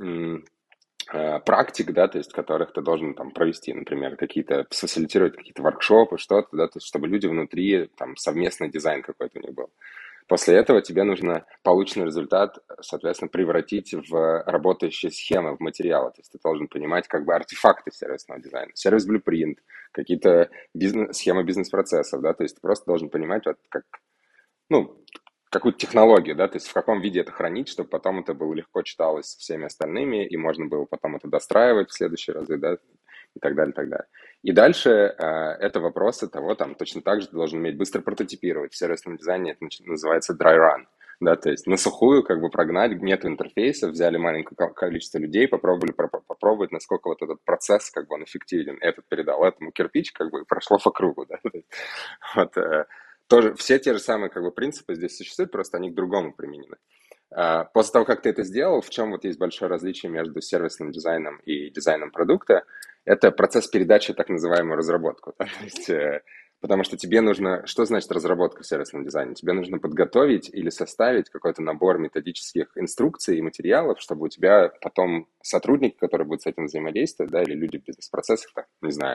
практик, да, то есть которых ты должен там провести, например, какие-то, сфасилитировать какие-то воркшопы, что-то, да, то есть чтобы люди внутри, там, совместный дизайн какой-то у них был. После этого тебе нужно полученный результат, соответственно, превратить в работающие схемы, в материалы. То есть ты должен понимать как бы артефакты сервисного дизайна, сервис-блюпринт, какие-то схемы бизнес-процессов, да, то есть ты просто должен понимать, вот как, ну, какую-то технологию, да, то есть в каком виде это хранить, чтобы потом это было легко читалось всеми остальными, и можно было потом это достраивать в следующие разы, да, и так далее, и так далее. И дальше это вопросы того, там, точно так же ты должен уметь быстро прототипировать. В сервисном дизайне это называется dry run, да, то есть на сухую как бы прогнать, нет интерфейса, взяли маленькое количество людей, попробовать, насколько вот этот процесс, как бы он эффективен. Этот передал этому кирпич, как бы, и прошло по кругу, да, вот, тоже все те же самые как бы принципы здесь существуют, просто они к другому применены. После того, как ты это сделал, в чем вот есть большое различие между сервисным дизайном и дизайном продукта, это процесс передачи так называемую разработку. Да? То есть, потому что тебе нужно... Что значит разработка в сервисном дизайне? Тебе нужно подготовить или составить какой-то набор методических инструкций и материалов, чтобы у тебя потом сотрудники, которые будут с этим взаимодействовать, да, или люди в бизнес-процессах, так, не знаю,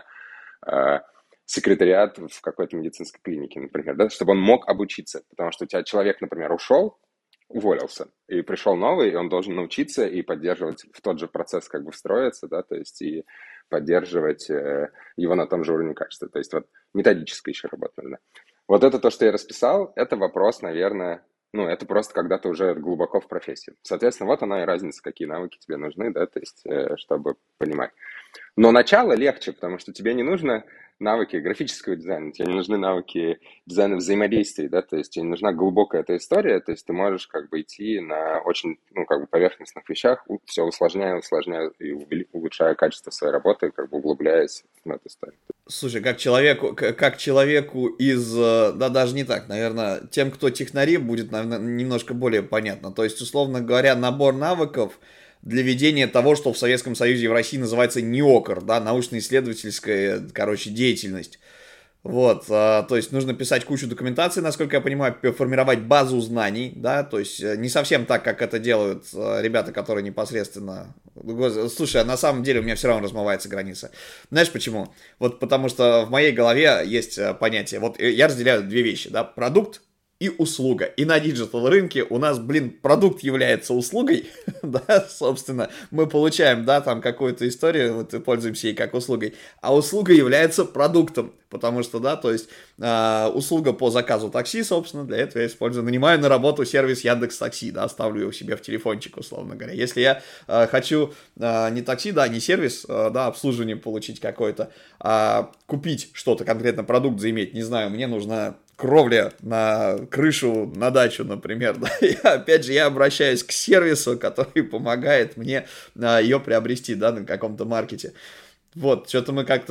секретариат в какой-то медицинской клинике, например, да, чтобы он мог обучиться, потому что у тебя человек, например, ушел, уволился, и пришел новый, и он должен научиться и поддерживать в тот же процесс, как бы встроиться, да, то есть и поддерживать его на том же уровне качества, то есть вот методическая еще работа, да. Вот это то, что я расписал, это вопрос, наверное, ну, это просто когда ты уже глубоко в профессии. Соответственно, вот она и разница, какие навыки тебе нужны, да, то есть, чтобы понимать. Но начало легче, потому что тебе не нужно навыки графического дизайна, тебе не нужны навыки дизайна взаимодействий, да, то есть тебе не нужна глубокая эта история, то есть ты можешь как бы идти на очень, ну, как бы поверхностных вещах, все усложняя и улучшая качество своей работы, как бы углубляясь в эту историю. Слушай, как человеку из, да даже не так, наверное, тем, кто технари, будет, наверное, немножко более понятно. То есть, условно говоря, набор навыков для ведения того, что в Советском Союзе и в России называется НИОКР, да, научно-исследовательская, короче, деятельность. Вот, то есть нужно писать кучу документации, насколько я понимаю, формировать базу знаний, да, то есть не совсем так, как это делают ребята, которые непосредственно... Слушай, а на самом деле у меня все равно размывается граница. Знаешь почему? Вот потому что в моей голове есть понятие, вот я разделяю две вещи, да, продукт и услуга. И на диджитал рынке у нас, продукт является услугой, да, собственно, мы получаем, да, там какую-то историю, вот и пользуемся ей как услугой, а услуга является продуктом, потому что, да, то есть услуга по заказу такси, собственно, для этого я использую, нанимаю на работу сервис Яндекс.Такси, да, ставлю его себе в телефончик, условно говоря. Если я хочу не такси, да, не сервис, да, обслуживание получить какое-то, а купить что-то, конкретно продукт заиметь, не знаю, мне нужно кровля на крышу, на дачу, например, да, и опять же я обращаюсь к сервису, который помогает мне ее приобрести, да, на каком-то маркете. Вот, что-то мы как-то,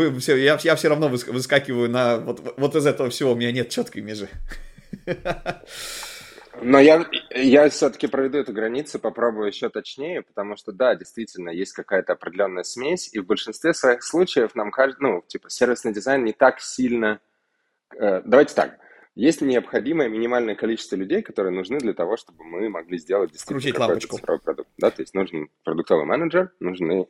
я все равно выскакиваю на, вот из этого всего у меня нет четкой межи. Но я все-таки проведу эту границу, попробую еще точнее, потому что, да, действительно, есть какая-то определенная смесь, и в большинстве своих случаев нам кажется, ну, типа, сервисный дизайн не так сильно... Давайте так. Есть необходимое минимальное количество людей, которые нужны для того, чтобы мы могли сделать действительно какой-то цифровой продукт. Да? То есть нужен продуктовый менеджер, нужны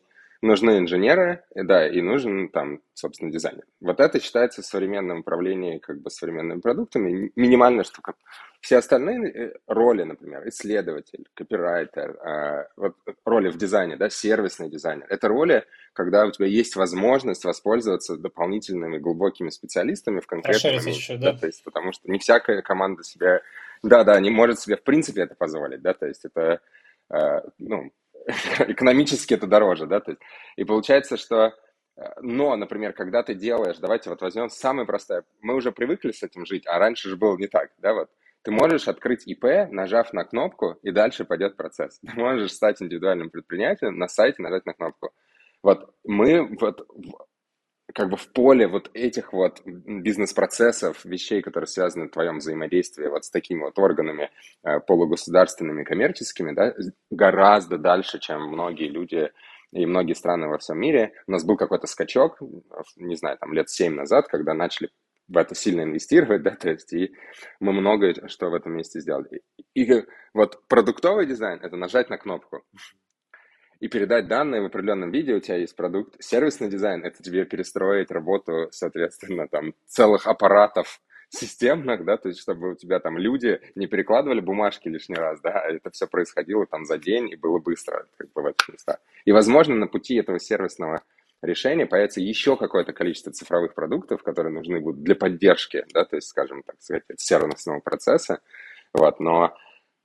нужны инженеры, да, и нужен там, собственно, дизайнер. Вот это считается в современном управлении как бы современными продуктами минимальная штука. Все остальные роли, например, исследователь, копирайтер, вот роли в дизайне, да, сервисный дизайнер, это роли, когда у тебя есть возможность воспользоваться дополнительными глубокими специалистами в конкретном моменте. Еще, да? То есть, потому что не всякая команда себя, да, не может себе в принципе это позволить, да, то есть это, ну, экономически это дороже, да, то есть, и получается, что, но, например, когда ты делаешь, давайте вот возьмем самое простое, мы уже привыкли с этим жить, а раньше же было не так, да, вот, ты можешь открыть ИП, нажав на кнопку, и дальше пойдет процесс. Ты можешь стать индивидуальным предпринимателем, на сайте нажать на кнопку. Вот мы вот как бы в поле вот этих вот бизнес-процессов, вещей, которые связаны в твоем взаимодействии вот с такими вот органами полугосударственными, коммерческими, да, гораздо дальше, чем многие люди и многие страны во всем мире. У нас был какой-то скачок, не знаю, там лет 7 назад, когда начали в это сильно инвестировать, да, то есть и мы многое что в этом месте сделали. И вот продуктовый дизайн – это нажать на кнопку и передать данные в определенном виде, у тебя есть продукт. Сервисный дизайн – это тебе перестроить работу, соответственно, там, целых аппаратов системных, да, то есть чтобы у тебя там люди не перекладывали бумажки лишний раз, да, а это все происходило там за день и было быстро, как бы в этих местах. И, возможно, на пути этого сервисного решения появится еще какое-то количество цифровых продуктов, которые нужны будут для поддержки, да, то есть, скажем так сказать, сервисного процесса, вот, но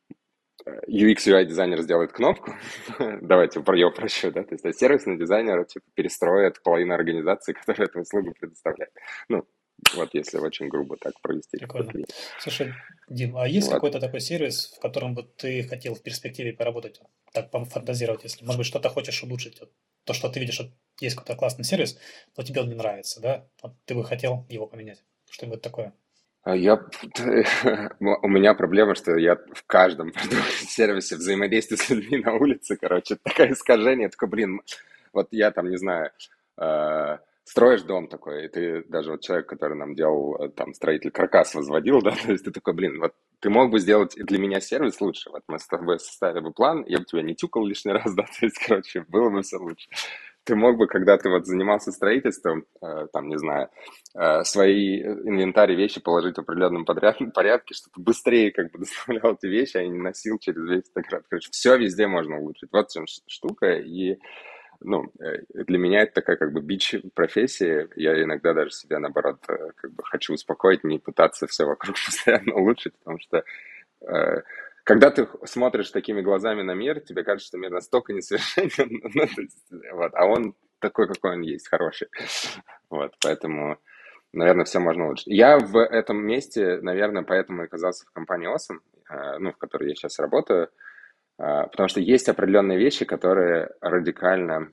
UX, UI дизайнер сделает кнопку, давайте я упрощу, да, то есть сервисный дизайнер типа перестроит половину организации, которая эту услугу предоставляет. Ну, вот если очень грубо так провести. Прикольно. Слушай, Дим, а есть какой-то такой сервис, в котором бы ты хотел в перспективе поработать, так пофантазировать, если, может быть, что-то хочешь улучшить, вот, то, что ты видишь, что есть какой-то классный сервис, но тебе он не нравится, да, вот ты бы хотел его поменять, что-нибудь такое? У меня проблема, что я в каждом сервисе взаимодействую с людьми на улице, короче, такое искажение, такой, блин, вот я там, не знаю, строишь дом такой, и ты даже вот человек, который нам делал, там, строитель каркас возводил, да, то есть ты такой, блин, вот ты мог бы сделать для меня сервис лучше, вот мы с тобой составили бы план, я бы тебя не тюкал лишний раз, да, то есть, короче, было бы все лучше. Ты мог бы, когда ты вот занимался строительством, там, не знаю, свои инвентарь вещи положить в определенном порядке, чтобы ты быстрее как бы доставлял эти вещи, а не носил через весь Инстаграм. Короче, все везде можно улучшить. Вот в чем штука. И, ну, для меня это такая как бы бич профессии. Я иногда даже себя, наоборот, как бы хочу успокоить, не пытаться все вокруг постоянно улучшить, потому что когда ты смотришь такими глазами на мир, тебе кажется, что мир настолько несовершенен, ну, вот, а он такой, какой он есть, хороший. Вот, поэтому, наверное, все можно улучшить. Я в этом месте, наверное, поэтому и оказался в компании Awesome, ну, в которой я сейчас работаю, потому что есть определенные вещи, которые радикально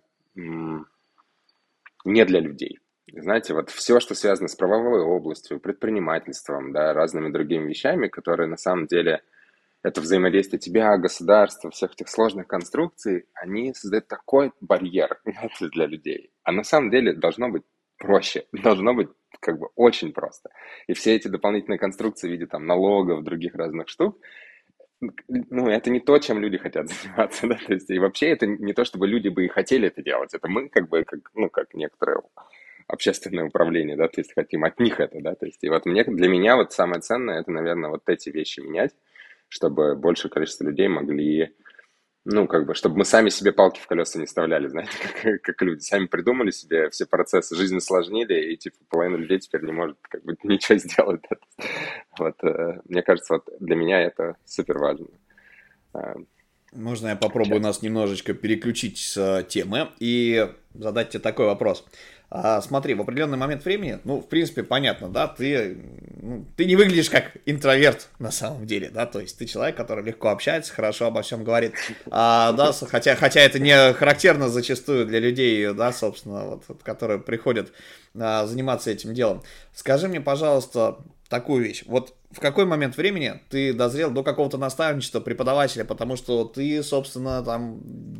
не для людей. Знаете, вот все, что связано с правовой областью, предпринимательством, да, разными другими вещами, которые на самом деле это взаимодействие тебя, государства, всех этих сложных конструкций, они создают такой барьер для людей. А на самом деле должно быть проще, должно быть как бы очень просто. И все эти дополнительные конструкции в виде там налогов, других разных штук, ну, это не то, чем люди хотят заниматься, да, то есть, и вообще это не то, чтобы люди бы и хотели это делать, это мы как бы, как некоторое общественное управление, да, то есть хотим от них это, да, то есть, и вот для меня вот самое ценное, это, наверное, вот эти вещи менять, чтобы большее количество людей могли, ну, как бы, чтобы мы сами себе палки в колеса не вставляли, знаете, как люди сами придумали себе все процессы, жизнь усложнили, и, типа, половина людей теперь не может, как бы, ничего сделать. Вот, мне кажется, вот для меня это супер важно. Можно я попробую нас немножечко переключить с темы и задать тебе такой вопрос. Смотри, в определенный момент времени, ну, в принципе, понятно, да, ты не выглядишь как интроверт на самом деле, да, то есть ты человек, который легко общается, хорошо обо всем говорит, да, хотя это не характерно зачастую для людей, да, собственно, вот, которые приходят заниматься этим делом. Скажи мне, пожалуйста, такую вещь, вот в какой момент времени ты дозрел до какого-то наставничества, преподавателя, потому что ты, собственно, там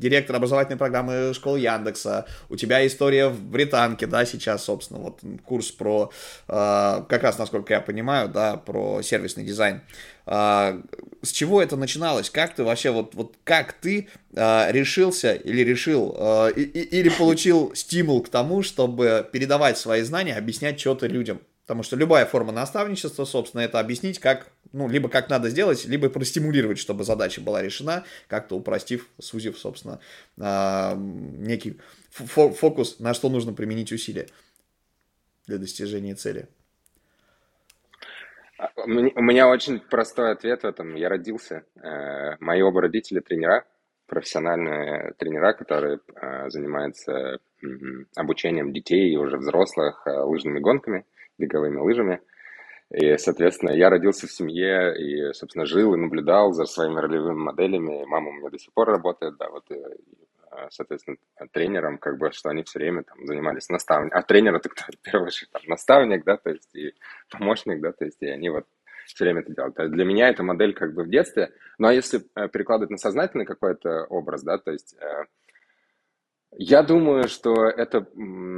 директор образовательной программы школы Яндекса, у тебя история в Британке, да, сейчас, собственно, вот курс про, как раз, насколько я понимаю, да, про сервисный дизайн. С чего это начиналось? Как ты вообще, вот как ты решился или решил, или получил стимул к тому, чтобы передавать свои знания, объяснять что-то людям? Потому что любая форма наставничества, собственно, это объяснить, как, ну, либо как надо сделать, либо простимулировать, чтобы задача была решена, как-то упростив, сузив, собственно, некий фокус, на что нужно применить усилия для достижения цели. У меня очень простой ответ в этом. Я родился. Мои оба родители тренера, профессиональные тренера, которые занимаются обучением детей и уже взрослых лыжными гонками, беговыми лыжами. И, соответственно, я родился в семье и, собственно, жил и наблюдал за своими ролевыми моделями. Мама у меня до сих пор работает, да, вот, соответственно, тренером, как бы, что они все время там занимались наставником. А тренер это кто? В первую очередь, там, наставник, да, то есть и помощник, да, то есть и они вот все время это делают. То есть для меня эта модель как бы в детстве. Ну, а если перекладывать на сознательный какой-то образ, да, то есть я думаю, что это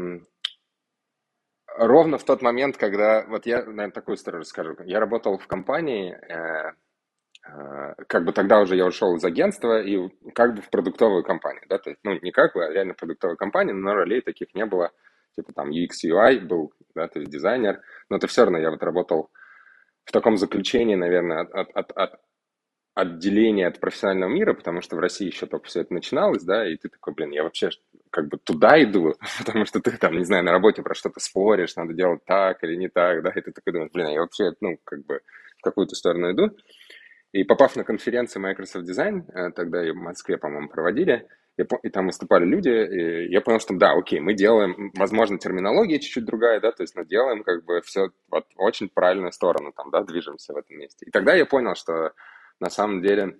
ровно в тот момент, когда, вот я, наверное, такую историю расскажу. Я работал в компании, как бы тогда уже я ушел из агентства и как бы в продуктовую компанию, да, то есть, ну, не как бы, а реально продуктовая компания, но ролей таких не было, типа там UX, UI был, да, то есть дизайнер, но это все равно я вот работал в таком заключении, наверное, от отделения от профессионального мира, потому что в России еще только все это начиналось, да, и ты такой, блин, я вообще как бы туда иду, потому что ты там, не знаю, на работе про что-то споришь, надо делать так или не так, да, и ты такой думаешь, блин, я вообще, ну, как бы в какую-то сторону иду. И попав на конференцию Microsoft Design, тогда ее в Москве, по-моему, проводили, и там выступали люди, и я понял, что да, окей, мы делаем, возможно, терминология чуть-чуть другая, да, то есть мы делаем как бы все вот очень правильную сторону, там, да, движемся в этом месте. И тогда я понял, что на самом деле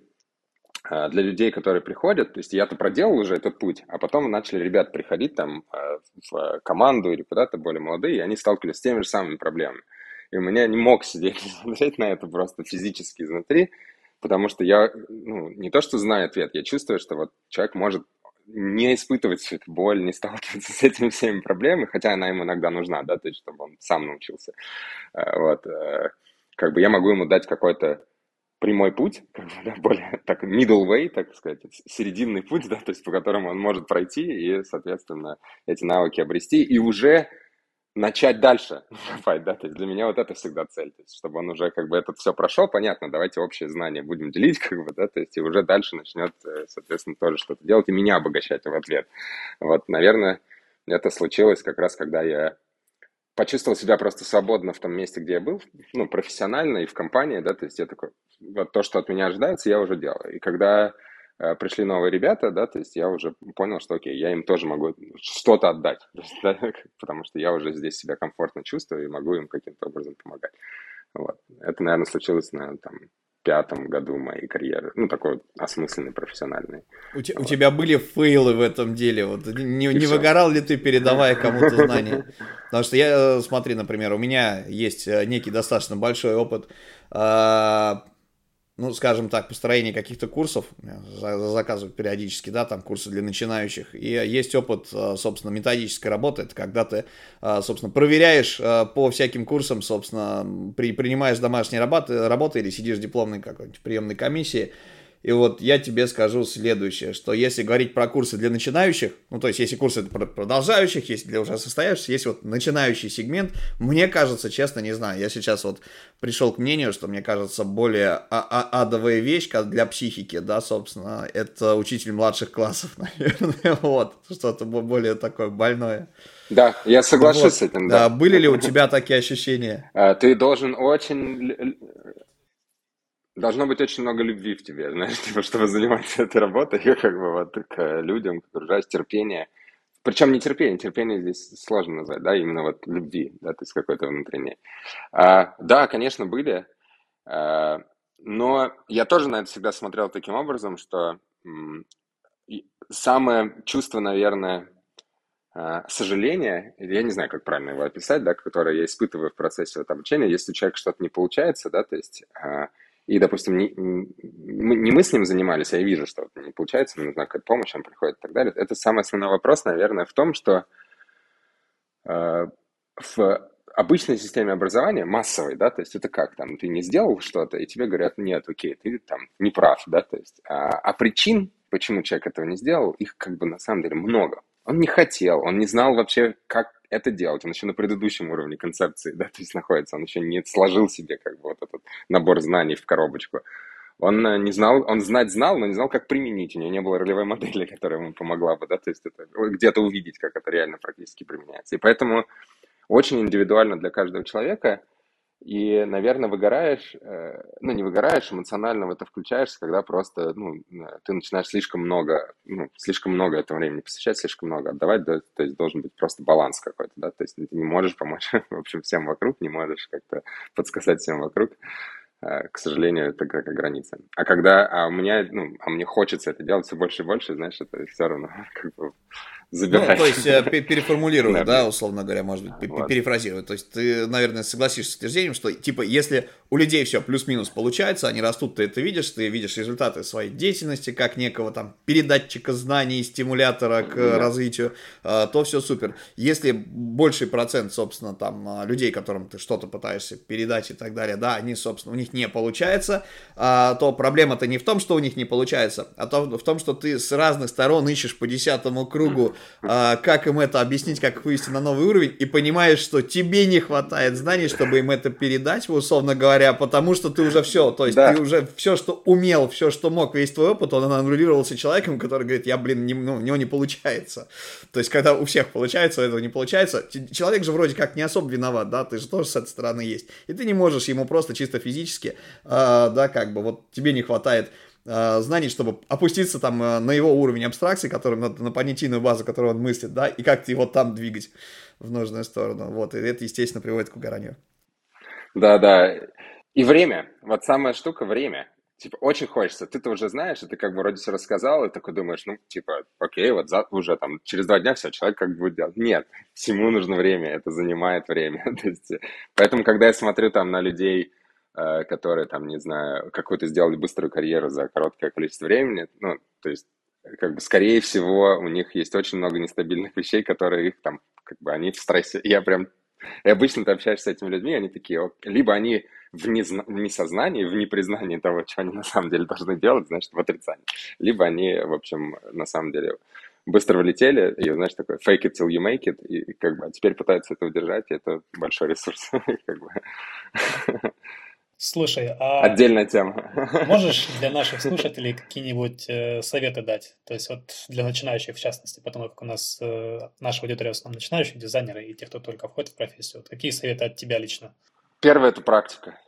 для людей, которые приходят, то есть я-то проделал уже этот путь, а потом начали ребята приходить там в команду или куда-то более молодые, и они сталкивались с теми же самыми проблемами. И у меня не мог сидеть и смотреть на это просто физически изнутри, потому что я, ну, не то что знаю ответ, я чувствую, что вот человек может не испытывать всю эту боль, не сталкиваться с этими всеми проблемами, хотя она ему иногда нужна, да, то есть чтобы он сам научился. Вот. Как бы я могу ему дать какой-то прямой путь, как бы, да, более так middle way, так сказать, серединный путь, да, то есть по которому он может пройти и, соответственно, эти навыки обрести и уже начать дальше копать, да, то есть для меня вот это всегда цель, то есть чтобы он уже как бы этот все прошел, понятно, давайте общие знания будем делить, как бы, да, то есть и уже дальше начнет, соответственно, тоже что-то делать и меня обогащать в ответ. Вот, наверное, это случилось как раз, когда я почувствовал себя просто свободно в том месте, где я был, ну, профессионально и в компании, да, то есть я такой, вот то, что от меня ожидается, я уже делаю. И когда пришли новые ребята, да, то есть я уже понял, что окей, я им тоже могу что-то отдать, да, потому что я уже здесь себя комфортно чувствую и могу им каким-то образом помогать. Вот. Это, наверное, случилось на там 5-м году моей карьеры, ну, такой вот осмысленный, профессиональный. У тебя были фейлы в этом деле? Вот, не выгорал ли ты, передавая кому-то знания? Потому что я, смотри, например, у меня есть некий достаточно большой опыт, ну, скажем так, построения каких-то курсов, заказываю периодически, да, там курсы для начинающих, и есть опыт, собственно, методической работы, это когда ты, собственно, проверяешь по всяким курсам, собственно, принимаешь домашние работы или сидишь в дипломной какой-нибудь приемной комиссии. И вот я тебе скажу следующее, что если говорить про курсы для начинающих, ну, то есть, если курсы для продолжающих, есть для уже состоявшихся, есть вот начинающий сегмент, мне кажется, честно, не знаю, я сейчас вот пришел к мнению, что мне кажется, более адовая вещь для психики, да, собственно, это учитель младших классов, наверное, вот, что-то более такое больное. Да, я соглашусь вот. с этим, да. Были ли у тебя такие ощущения? Ты должен очень... Должно быть очень много любви в тебе, знаешь, типа, чтобы заниматься этой работой, как бы вот к людям, к окружающим, терпение. Причем не терпение здесь сложно назвать, да, именно вот любви, да, то есть какой-то внутренней. Да, конечно, были, но я тоже на это всегда смотрел таким образом, что самое чувство, наверное, сожаления, или я не знаю, как правильно его описать, да, которое я испытываю в процессе вот обучения, если у человека что-то не получается, да, то есть... И, допустим, не мы с ним занимались, а я вижу, что это получается, ему нужна какая-то помощь, он приходит и так далее. Это самый основной вопрос, наверное, в том, что в обычной системе образования, массовой, да, то есть это как там, ты не сделал что-то, и тебе говорят, нет, окей, ты там не прав, да, то есть, а причин, почему человек этого не сделал, их как бы на самом деле много. Он не хотел, он не знал вообще, как это делать, он еще на предыдущем уровне концепции, да, то есть находится, он еще не сложил себе как бы вот этот набор знаний в коробочку. Он не знал, он знать знал, но не знал, как применить. У него не было ролевой модели, которая ему помогла бы, да, то есть это где-то увидеть, как это реально практически применяется. И поэтому очень индивидуально для каждого человека, и, наверное, выгораешь, ну, не выгораешь, эмоционально в это включаешься, когда просто, ну, ты начинаешь слишком много этого времени посвящать, слишком много отдавать, да, то есть должен быть просто баланс какой-то, да, то есть ты не можешь помочь, в общем, всем вокруг, не можешь как-то подсказать всем вокруг. К сожалению, это как граница. Мне хочется это делать все больше и больше, знаешь, это все равно как бы Ну, забирает то есть, переформулирую, да, энергию. условно говоря, может быть, Вот. перефразирую. То есть, ты, наверное, согласишься с утверждением, что, типа, если у людей все плюс-минус получается, они растут, ты это видишь, ты видишь результаты своей деятельности, как некого там передатчика знаний, стимулятора к Да. развитию, то все супер. Если больший процент, собственно, там, людей, которым ты что-то пытаешься передать и так далее, да, они, собственно, у них не получается, то проблема-то не в том, что у них не получается, а в том, что ты с разных сторон ищешь по 10-му кругу, как им это объяснить, как их вывести на новый уровень, и понимаешь, что тебе не хватает знаний, чтобы им это передать, условно говоря, потому что ты уже все, то есть Да. ты уже все, что умел, все, что мог, весь твой опыт, он аннулировался человеком, который говорит, у него не получается. То есть, когда у всех получается, у этого не получается, человек же вроде как не особо виноват, да, ты же тоже с этой стороны есть, и ты не можешь ему просто чисто физически, да, как бы, вот тебе не хватает знаний, чтобы опуститься там на его уровень абстракции, на понятийную базу, которую он мыслит, да, и как-то его там двигать в нужную сторону. Вот, и это, естественно, приводит к выгоранию. Да. И время. Вот самая штука — время. Типа, очень хочется. Ты-то уже знаешь, и ты как бы вроде все рассказал, и такой думаешь, ну, типа, окей, вот уже там через 2 дня все, человек как бы будет делать. Нет, всему нужно время, это занимает время. То есть, поэтому, когда я смотрю там на людей, которые там, не знаю, какую-то сделали быструю карьеру за короткое количество времени, ну, то есть, как бы, скорее всего, у них есть очень много нестабильных вещей, которые их там, как бы, они в стрессе. И обычно ты общаешься с этими людьми, они такие, либо они в несознании, в непризнании того, что они на самом деле должны делать, значит, в отрицании. Либо они, в общем, на самом деле быстро влетели, и, знаешь, такой fake it till you make it, и как бы теперь пытаются это удержать, и это большой ресурс. Как бы. Слушай, а Отдельная тема. можешь для наших слушателей какие-нибудь советы дать? То есть вот для начинающих, в частности, потому как у нас наша аудитория в основном начинающие дизайнеры и те, кто только входит в профессию. Вот какие советы от тебя лично? Первое – это практика.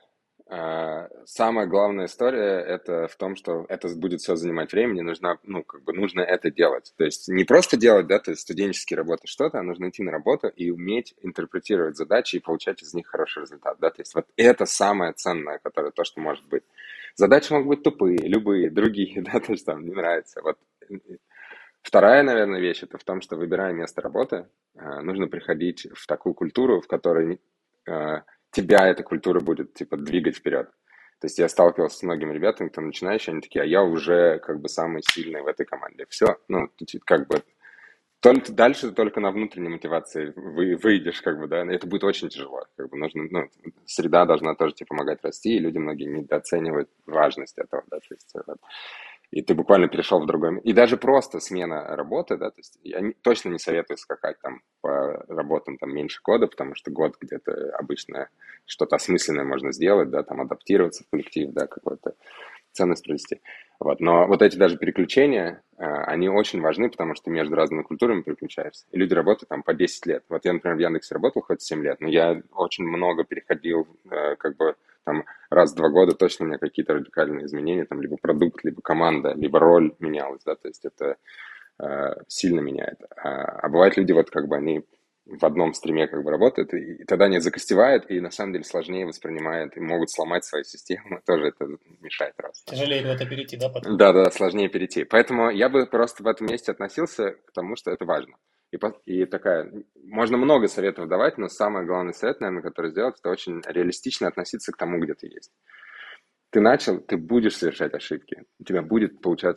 Самая главная история – это в том, что это будет все занимать времени, нужно это делать. То есть не просто делать, да, то есть студенческие работы что-то, а нужно идти на работу и уметь интерпретировать задачи и получать из них хороший результат, да, то есть вот это самое ценное, которое то, что может быть. Задачи могут быть тупые, любые, другие, да, то есть там не нравится. Вот. Вторая, наверное, вещь – это в том, что, выбирая место работы, нужно приходить в такую культуру, в которой тебя эта культура будет, типа, двигать вперед. То есть я сталкивался с многими ребятами, кто начинающие, они такие, а я уже, как бы, самый сильный в этой команде. Все, как бы, дальше ты только на внутренней мотивации выйдешь, как бы, да, это будет очень тяжело, как бы, среда должна тоже тебе помогать расти, и люди многие недооценивают важность этого, да, то есть, и ты буквально перешел в другой мир. И даже просто смена работы, да, то есть я точно не советую скакать там по работам там меньше года, потому что год где-то обычно что-то осмысленное можно сделать, да, там адаптироваться в коллектив, да, какую-то ценность привести. Вот. Но вот эти даже переключения, они очень важны, потому что ты между разными культурами переключаешься. И люди работают там по 10 лет. Вот я, например, в Яндексе работал хоть 7 лет, но я очень много переходил, как бы, там, раз в 2 года точно у меня какие-то радикальные изменения, там, либо продукт, либо команда, либо роль менялась, да, то есть это сильно меняет. А бывают люди, вот, как бы, они в одном стриме, как бы, работают, и тогда они закостевают, и на самом деле сложнее воспринимают, и могут сломать свои системы, тоже это мешает раз. Тяжелее в это перейти, да, потом? Да, сложнее перейти. Поэтому я бы просто в этом месте относился к тому, что это важно. И можно много советов давать, но самый главный совет, наверное, который сделать, это очень реалистично относиться к тому, где ты есть. Ты начал, ты будешь совершать ошибки, у тебя будет получаться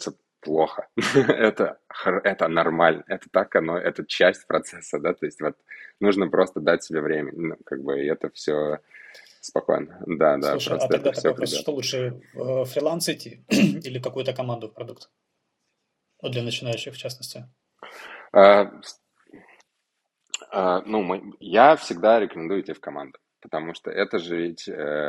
плохо. Это нормально, это так оно, это часть процесса, да, то есть вот нужно просто дать себе время, ну, как бы, и это все спокойно. Да, да, Слушай, а просто это тогда все такой вопрос, придет. что лучше, фриланс идти или какую-то команду в продукт? Ну, для начинающих, в частности. А, ну, я всегда рекомендую идти в команду, потому что это же ведь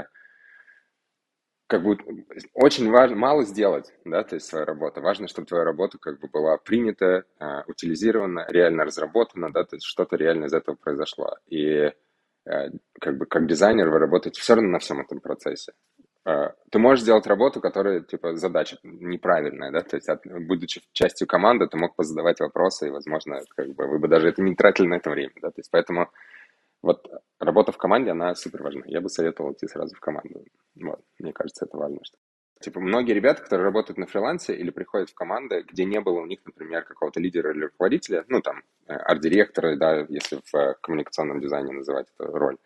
как бы очень важно мало сделать, да, то есть свою работу. Важно, чтобы твоя работа как бы была принята, утилизирована, реально разработана, да, то есть что-то реально из этого произошло. И как бы как дизайнер вы работаете все равно на всем этом процессе. Ты можешь сделать работу, которая, типа, задача неправильная, да, то есть, будучи частью команды, ты мог позадавать вопросы, и, возможно, как бы вы бы даже это не тратили на это время, да, то есть, поэтому вот работа в команде, она супер важна. Я бы советовал идти сразу в команду. Вот, мне кажется, это важно. Типа, многие ребята, которые работают на фрилансе или приходят в команды, где не было у них, например, какого-то лидера или руководителя, ну, там, арт-директора, да, если в коммуникационном дизайне называть эту роль.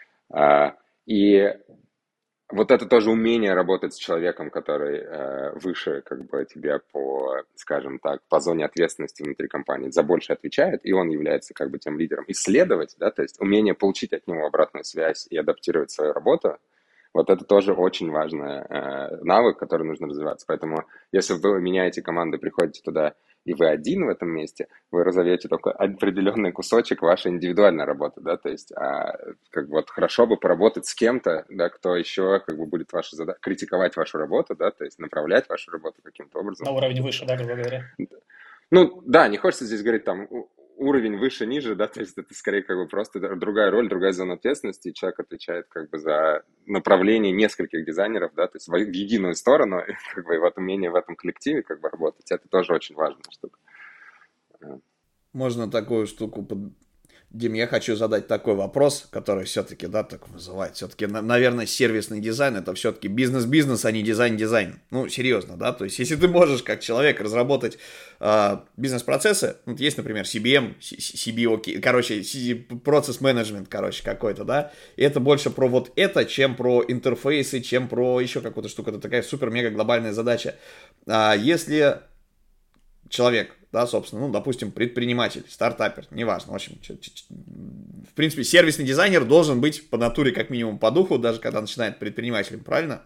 И вот это тоже умение работать с человеком, который выше как бы тебя по, скажем так, по зоне ответственности внутри компании за больше отвечает, и он является как бы тем лидером. Исследовать, да, то есть умение получить от него обратную связь и адаптировать свою работу, вот это тоже очень важный навык, который нужно развиваться. Поэтому если вы меняете команды, приходите туда, и вы один в этом месте, вы разовьете только определенный кусочек вашей индивидуальной работы, да, то есть как бы вот хорошо бы поработать с кем-то, да, кто еще как бы будет вашу задачу, критиковать вашу работу, да, то есть направлять вашу работу каким-то образом. На уровне выше, да, грубо говоря. Ну, да, не хочется здесь говорить там уровень выше, ниже, да, то есть это скорее как бы просто другая роль, другая зона ответственности, и человек отвечает как бы за направление нескольких дизайнеров, да, то есть в единую сторону, и, как бы и вот умение в этом коллективе как бы работать, это тоже очень важная штука. Можно такую штуку Дим, я хочу задать такой вопрос, который все-таки, да, так вызывает. Все-таки, наверное, сервисный дизайн это все-таки бизнес-бизнес, а не дизайн-дизайн. Ну, серьезно, да. То есть, если ты можешь как человек разработать бизнес-процессы, вот есть, например, CBM, CBO, короче, процесс-менеджмент, короче, какой-то, да. И это больше про вот это, чем про интерфейсы, чем про еще какую-то штуку. Это такая супер-мега-глобальная задача. Если человек, да, собственно, ну, допустим, предприниматель, стартапер, неважно, в общем, в принципе, сервисный дизайнер должен быть по натуре как минимум по духу, даже когда начинает предпринимателем, правильно?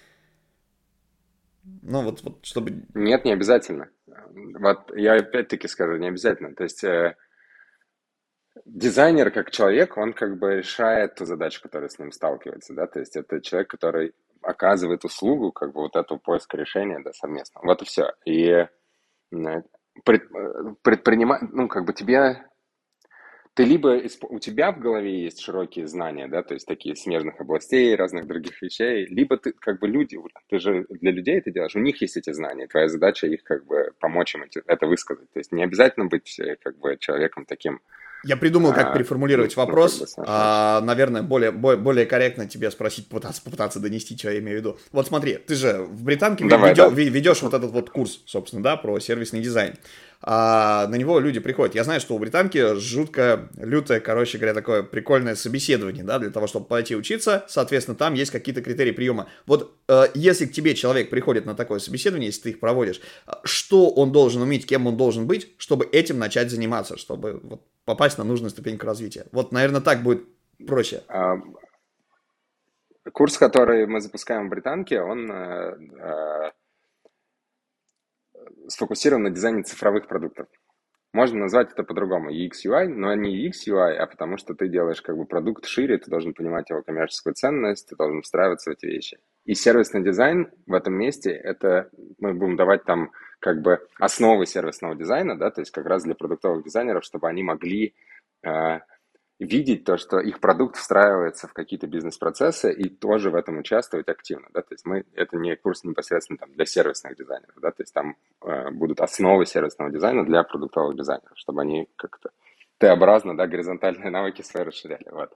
Ну, вот чтобы... Нет, не обязательно. Вот я опять-таки скажу, не обязательно. То есть дизайнер как человек, он как бы решает ту задачу, которая с ним сталкивается, да, то есть это человек, который оказывает услугу, как бы вот этого поиска решения, да, совместно. Вот и все. И предпринимать, ну, как бы ты либо у тебя в голове есть широкие знания, да, то есть такие смежных областей, разных других вещей, либо ты как бы люди, ты же для людей это делаешь, у них есть эти знания, твоя задача их как бы помочь им это высказать. То есть не обязательно быть как бы человеком таким. Я придумал, как переформулировать вопрос. Ну, как бы, наверное, более корректно тебе спросить, попытаться донести, что я имею в виду. Вот смотри, ты же в британке ведешь вот этот вот курс, собственно, да, про сервисный дизайн. На него люди приходят. Я знаю, что у британки жутко лютое, короче говоря, такое прикольное собеседование, да, для того, чтобы пойти учиться. Соответственно, там есть какие-то критерии приема. Вот если к тебе человек приходит на такое собеседование, если ты их проводишь, что он должен уметь, кем он должен быть, чтобы этим начать заниматься, чтобы вот попасть на нужную ступеньку развития. Вот, наверное, так будет проще. Курс, который мы запускаем в британке, он сфокусирован на дизайне цифровых продуктов. Можно назвать это по-другому, UX UI, но не UX UI, а потому что ты делаешь как бы продукт шире, ты должен понимать его коммерческую ценность, ты должен встраиваться в эти вещи. И сервисный дизайн в этом месте, это мы будем давать там как бы основы сервисного дизайна, да, то есть как раз для продуктовых дизайнеров, чтобы они могли видеть то, что их продукт встраивается в какие-то бизнес-процессы и тоже в этом участвовать активно, да, то есть это не курс непосредственно там для сервисных дизайнеров, да, то есть там будут основы сервисного дизайна для продуктовых дизайнеров, чтобы они как-то Т-образно, да, горизонтальные навыки свои расширяли, вот.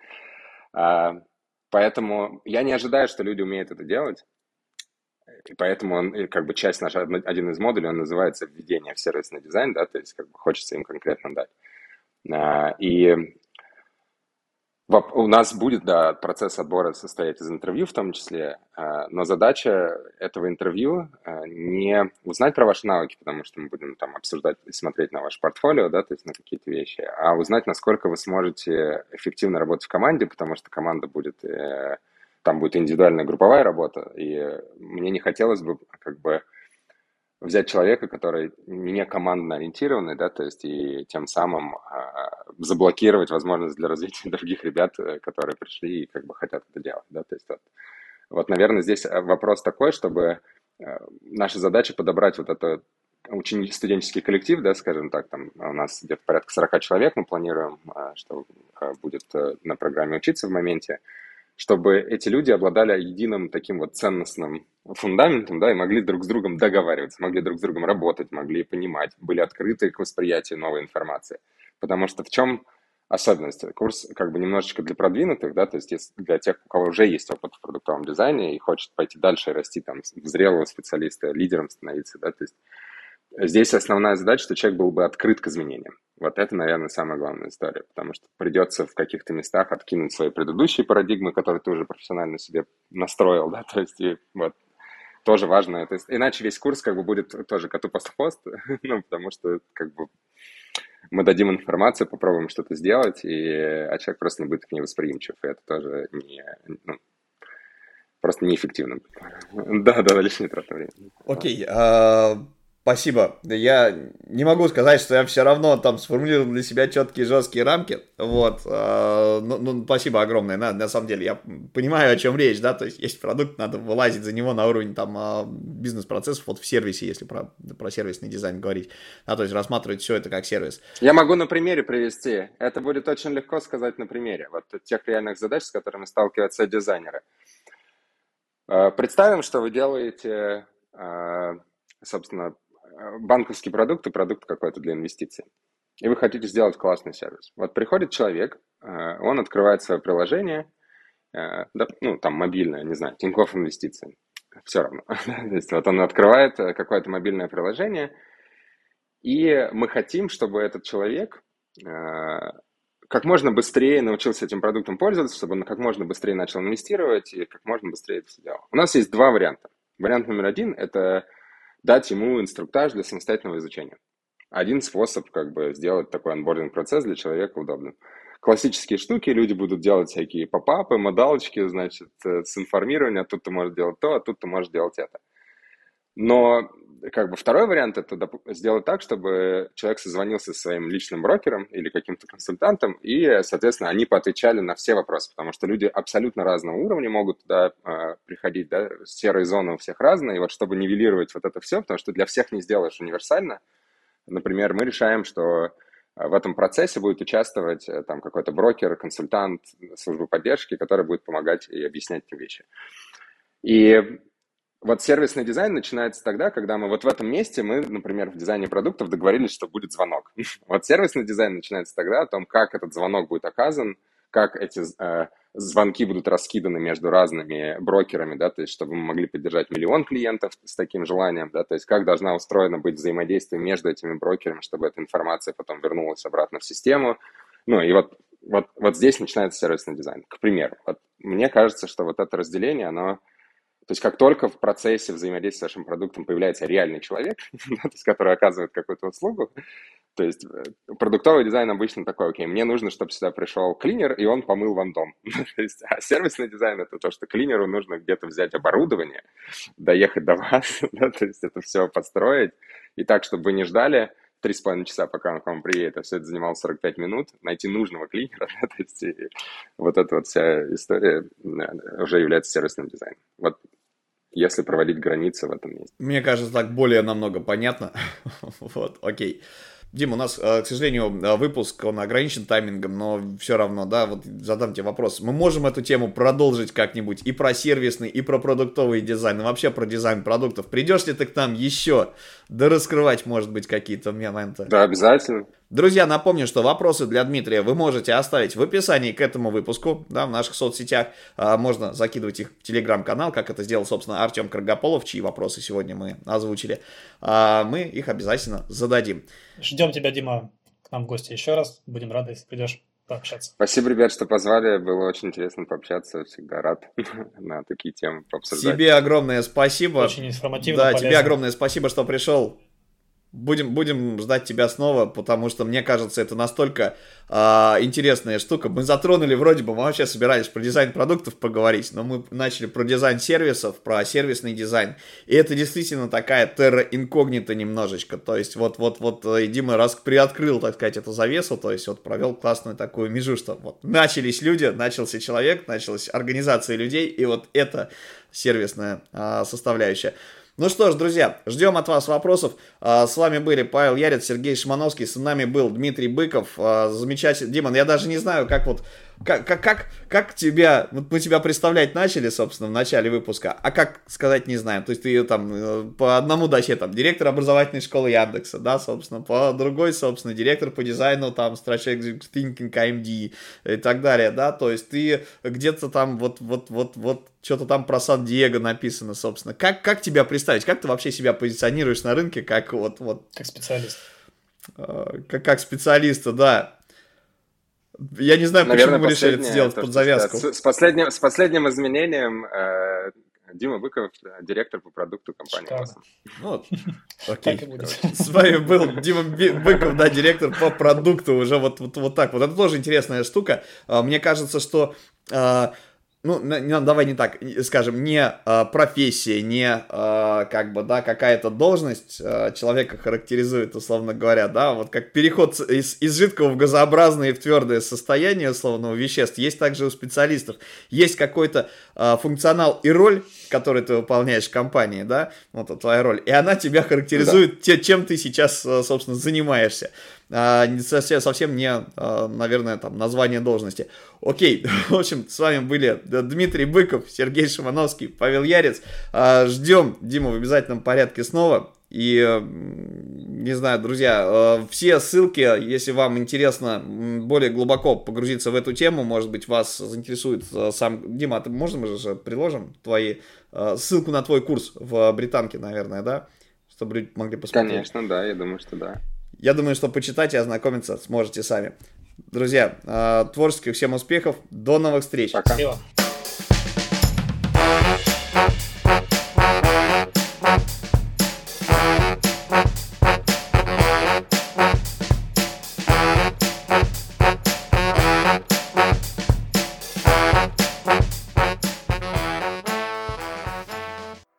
Поэтому я не ожидаю, что люди умеют это делать, и поэтому он, как бы часть наша, один из модулей, он называется «Введение в сервисный дизайн», да, то есть как бы хочется им конкретно дать. И У нас будет, да, процесс отбора состоять из интервью в том числе, но задача этого интервью не узнать про ваши навыки, потому что мы будем там обсуждать и смотреть на ваше портфолио, да, то есть на какие-то вещи, а узнать, насколько вы сможете эффективно работать в команде, потому что команда будет, там будет индивидуальная групповая работа, и мне не хотелось бы как бы взять человека, который не командно ориентированный, да, то есть и тем самым заблокировать возможность для развития других ребят, которые пришли и как бы хотят это делать, да, то есть вот, наверное, здесь вопрос такой, чтобы наша задача подобрать вот это студенческий коллектив, да, скажем так, там у нас где-то порядка 40 человек мы планируем, что будет на программе учиться в моменте, чтобы эти люди обладали единым таким вот ценностным фундаментом, да, и могли друг с другом договариваться, могли друг с другом работать, могли понимать, были открыты к восприятию новой информации. Потому что в чем особенность? Курс как бы немножечко для продвинутых, да, то есть для тех, у кого уже есть опыт в продуктовом дизайне и хочет пойти дальше и расти там в зрелого специалиста, лидером становиться, да, то есть здесь основная задача, что человек был бы открыт к изменениям. Вот это, наверное, самая главная история, потому что придется в каких-то местах откинуть свои предыдущие парадигмы, которые ты уже профессионально себе настроил, да, то есть и вот тоже важно это. Иначе весь курс как бы будет тоже коту под хвост, ну, потому что как бы мы дадим информацию, попробуем что-то сделать, а человек просто не будет к ней восприимчив, и это тоже просто неэффективно. Да, лишняя трата времени. Окей, спасибо. Я не могу сказать, что я все равно там сформулировал для себя четкие, жесткие рамки. Вот. Спасибо огромное. На самом деле, я понимаю, о чем речь, да, то есть есть продукт, надо вылазить за него на уровень там бизнес-процессов, вот в сервисе, если про сервисный дизайн говорить. Да, то есть рассматривать все это как сервис. Я могу на примере привести. Это будет очень легко сказать на примере. Вот тех реальных задач, с которыми сталкиваются дизайнеры. Представим, что вы делаете, собственно, банковский продукт и продукт какой-то для инвестиций. И вы хотите сделать классный сервис. Вот приходит человек, он открывает свое приложение, там мобильное, не знаю, Тинькофф Инвестиции, все равно. То есть вот он открывает какое-то мобильное приложение, и мы хотим, чтобы этот человек как можно быстрее научился этим продуктом пользоваться, чтобы он как можно быстрее начал инвестировать и как можно быстрее это все делал. У нас есть два варианта. Вариант номер один – это дать ему инструктаж для самостоятельного изучения. Один способ как бы сделать такой онбординг-процесс для человека удобным. Классические штуки, люди будут делать всякие попапы, модалочки, значит, с информированием, а тут ты можешь делать то, а тут ты можешь делать это. Но как бы второй вариант – это сделать так, чтобы человек созвонился со своим личным брокером или каким-то консультантом, и, соответственно, они поотвечали на все вопросы, потому что люди абсолютно разного уровня могут туда приходить, да, серые зоны у всех разные, и вот чтобы нивелировать вот это все, потому что для всех не сделаешь универсально, например, мы решаем, что в этом процессе будет участвовать там какой-то брокер, консультант, служба поддержки, который будет помогать и объяснять эти вещи. И вот сервисный дизайн начинается тогда, когда мы вот в этом месте, мы, например, в дизайне продуктов договорились, что будет звонок. Вот сервисный дизайн начинается тогда о том, как этот звонок будет оказан, как эти звонки будут раскиданы между разными брокерами, да, то есть чтобы мы могли поддержать миллион клиентов с таким желанием, да, то есть как должна устроена быть взаимодействие между этими брокерами, чтобы эта информация потом вернулась обратно в систему. Ну и вот здесь начинается сервисный дизайн. К примеру, вот мне кажется, что вот это разделение, оно... То есть как только в процессе взаимодействия с вашим продуктом появляется реальный человек, то есть, который оказывает какую-то услугу, то есть продуктовый дизайн обычно такой, окей, мне нужно, чтобы сюда пришел клинер, и он помыл вам дом. А сервисный дизайн – это то, что клинеру нужно где-то взять оборудование, доехать до вас, да, то есть это все построить, и так, чтобы вы не ждали 3,5 часа, пока он к вам приедет, а все это занимало 45 минут, найти нужного клинера, да, то есть вот эта вот вся история уже является сервисным дизайном. Вот если проводить границы в этом месте. Мне кажется, так более намного понятно. Вот, окей. Дим, у нас, к сожалению, выпуск, он ограничен таймингом, но все равно, да, вот задам тебе вопрос. Мы можем эту тему продолжить как-нибудь и про сервисный, и про продуктовый дизайн, и вообще про дизайн продуктов. Придешь ли ты к нам еще, да раскрывать, может быть, какие-то моменты? Да, обязательно. Друзья, напомню, что вопросы для Дмитрия вы можете оставить в описании к этому выпуску, да, в наших соцсетях. Можно закидывать их в телеграм-канал, как это сделал, собственно, Артем Каргополов, чьи вопросы сегодня мы озвучили. Мы их обязательно зададим. Ждем тебя, Дима, к нам в гости еще раз. Будем рады, если придешь. пообщаться. Спасибо, ребят, что позвали. Было очень интересно пообщаться. Всегда рад на такие темы пообсуждать. Тебе огромное спасибо. Очень информативно, Да, полезно. тебе огромное спасибо, что пришел. Будем ждать тебя снова, потому что, мне кажется, это настолько интересная штука. Мы затронули вроде бы, мы вообще собирались про дизайн продуктов поговорить, но мы начали про дизайн сервисов, про сервисный дизайн. И это действительно такая terra incognita немножечко. То есть вот Дима приоткрыл, так сказать, эту завесу, то есть вот провел классную такую межу, что вот начались люди, начался человек, началась организация людей, и вот это сервисная составляющая. Ну что ж, друзья, ждем от вас вопросов. С вами были Павел Ярец, Сергей Шимановский, с нами был Дмитрий Быков. Замечательно. Димон, я даже не знаю, как тебя, вот мы тебя представлять начали, собственно, в начале выпуска, а как сказать не знаем. То есть ты там по одному досе, там, директор образовательной школы Яндекса, да, собственно, по другой, собственно, директор по дизайну, там, Strategic Thinking, AMD и так далее, да, то есть ты где-то там вот что-то там про Сан-Диего написано, собственно. Как тебя представить? Как ты вообще себя позиционируешь на рынке, как вот... Как специалист. Как специалиста, да. Я не знаю, Наверное, почему мы решили это сделать под завязку. С последним изменением Дима Быков, директор по продукту компании Awesome. Вот, окей. С вами был Дима Быков, да, директор по продукту, уже вот так вот. Это тоже интересная штука. Мне кажется, что... Ну, давай не так, скажем, не профессия, не как бы, да, какая-то должность человека характеризует, условно говоря, да, вот как переход из жидкого в газообразное и в твердое состояние, условно, у веществ, есть также у специалистов, есть какой-то функционал и роль, которую ты выполняешь в компании, да, вот твоя роль, и она тебя характеризует, чем ты сейчас, собственно, занимаешься. Совсем не, наверное, там, название должности. Окей, в общем, с вами были Дмитрий Быков, Сергей Шимановский, Павел Ярец. Ждем Диму в обязательном порядке снова. И, не знаю, друзья, все ссылки, если вам интересно более глубоко погрузиться в эту тему, может быть, вас заинтересует сам... Дима, можно мы же приложим ссылку на твой курс в Британке, наверное, да? Чтобы люди могли посмотреть. Конечно, да, я думаю, что да. Я думаю, что почитать и ознакомиться сможете сами. Друзья, творческих всем успехов. До новых встреч. Пока.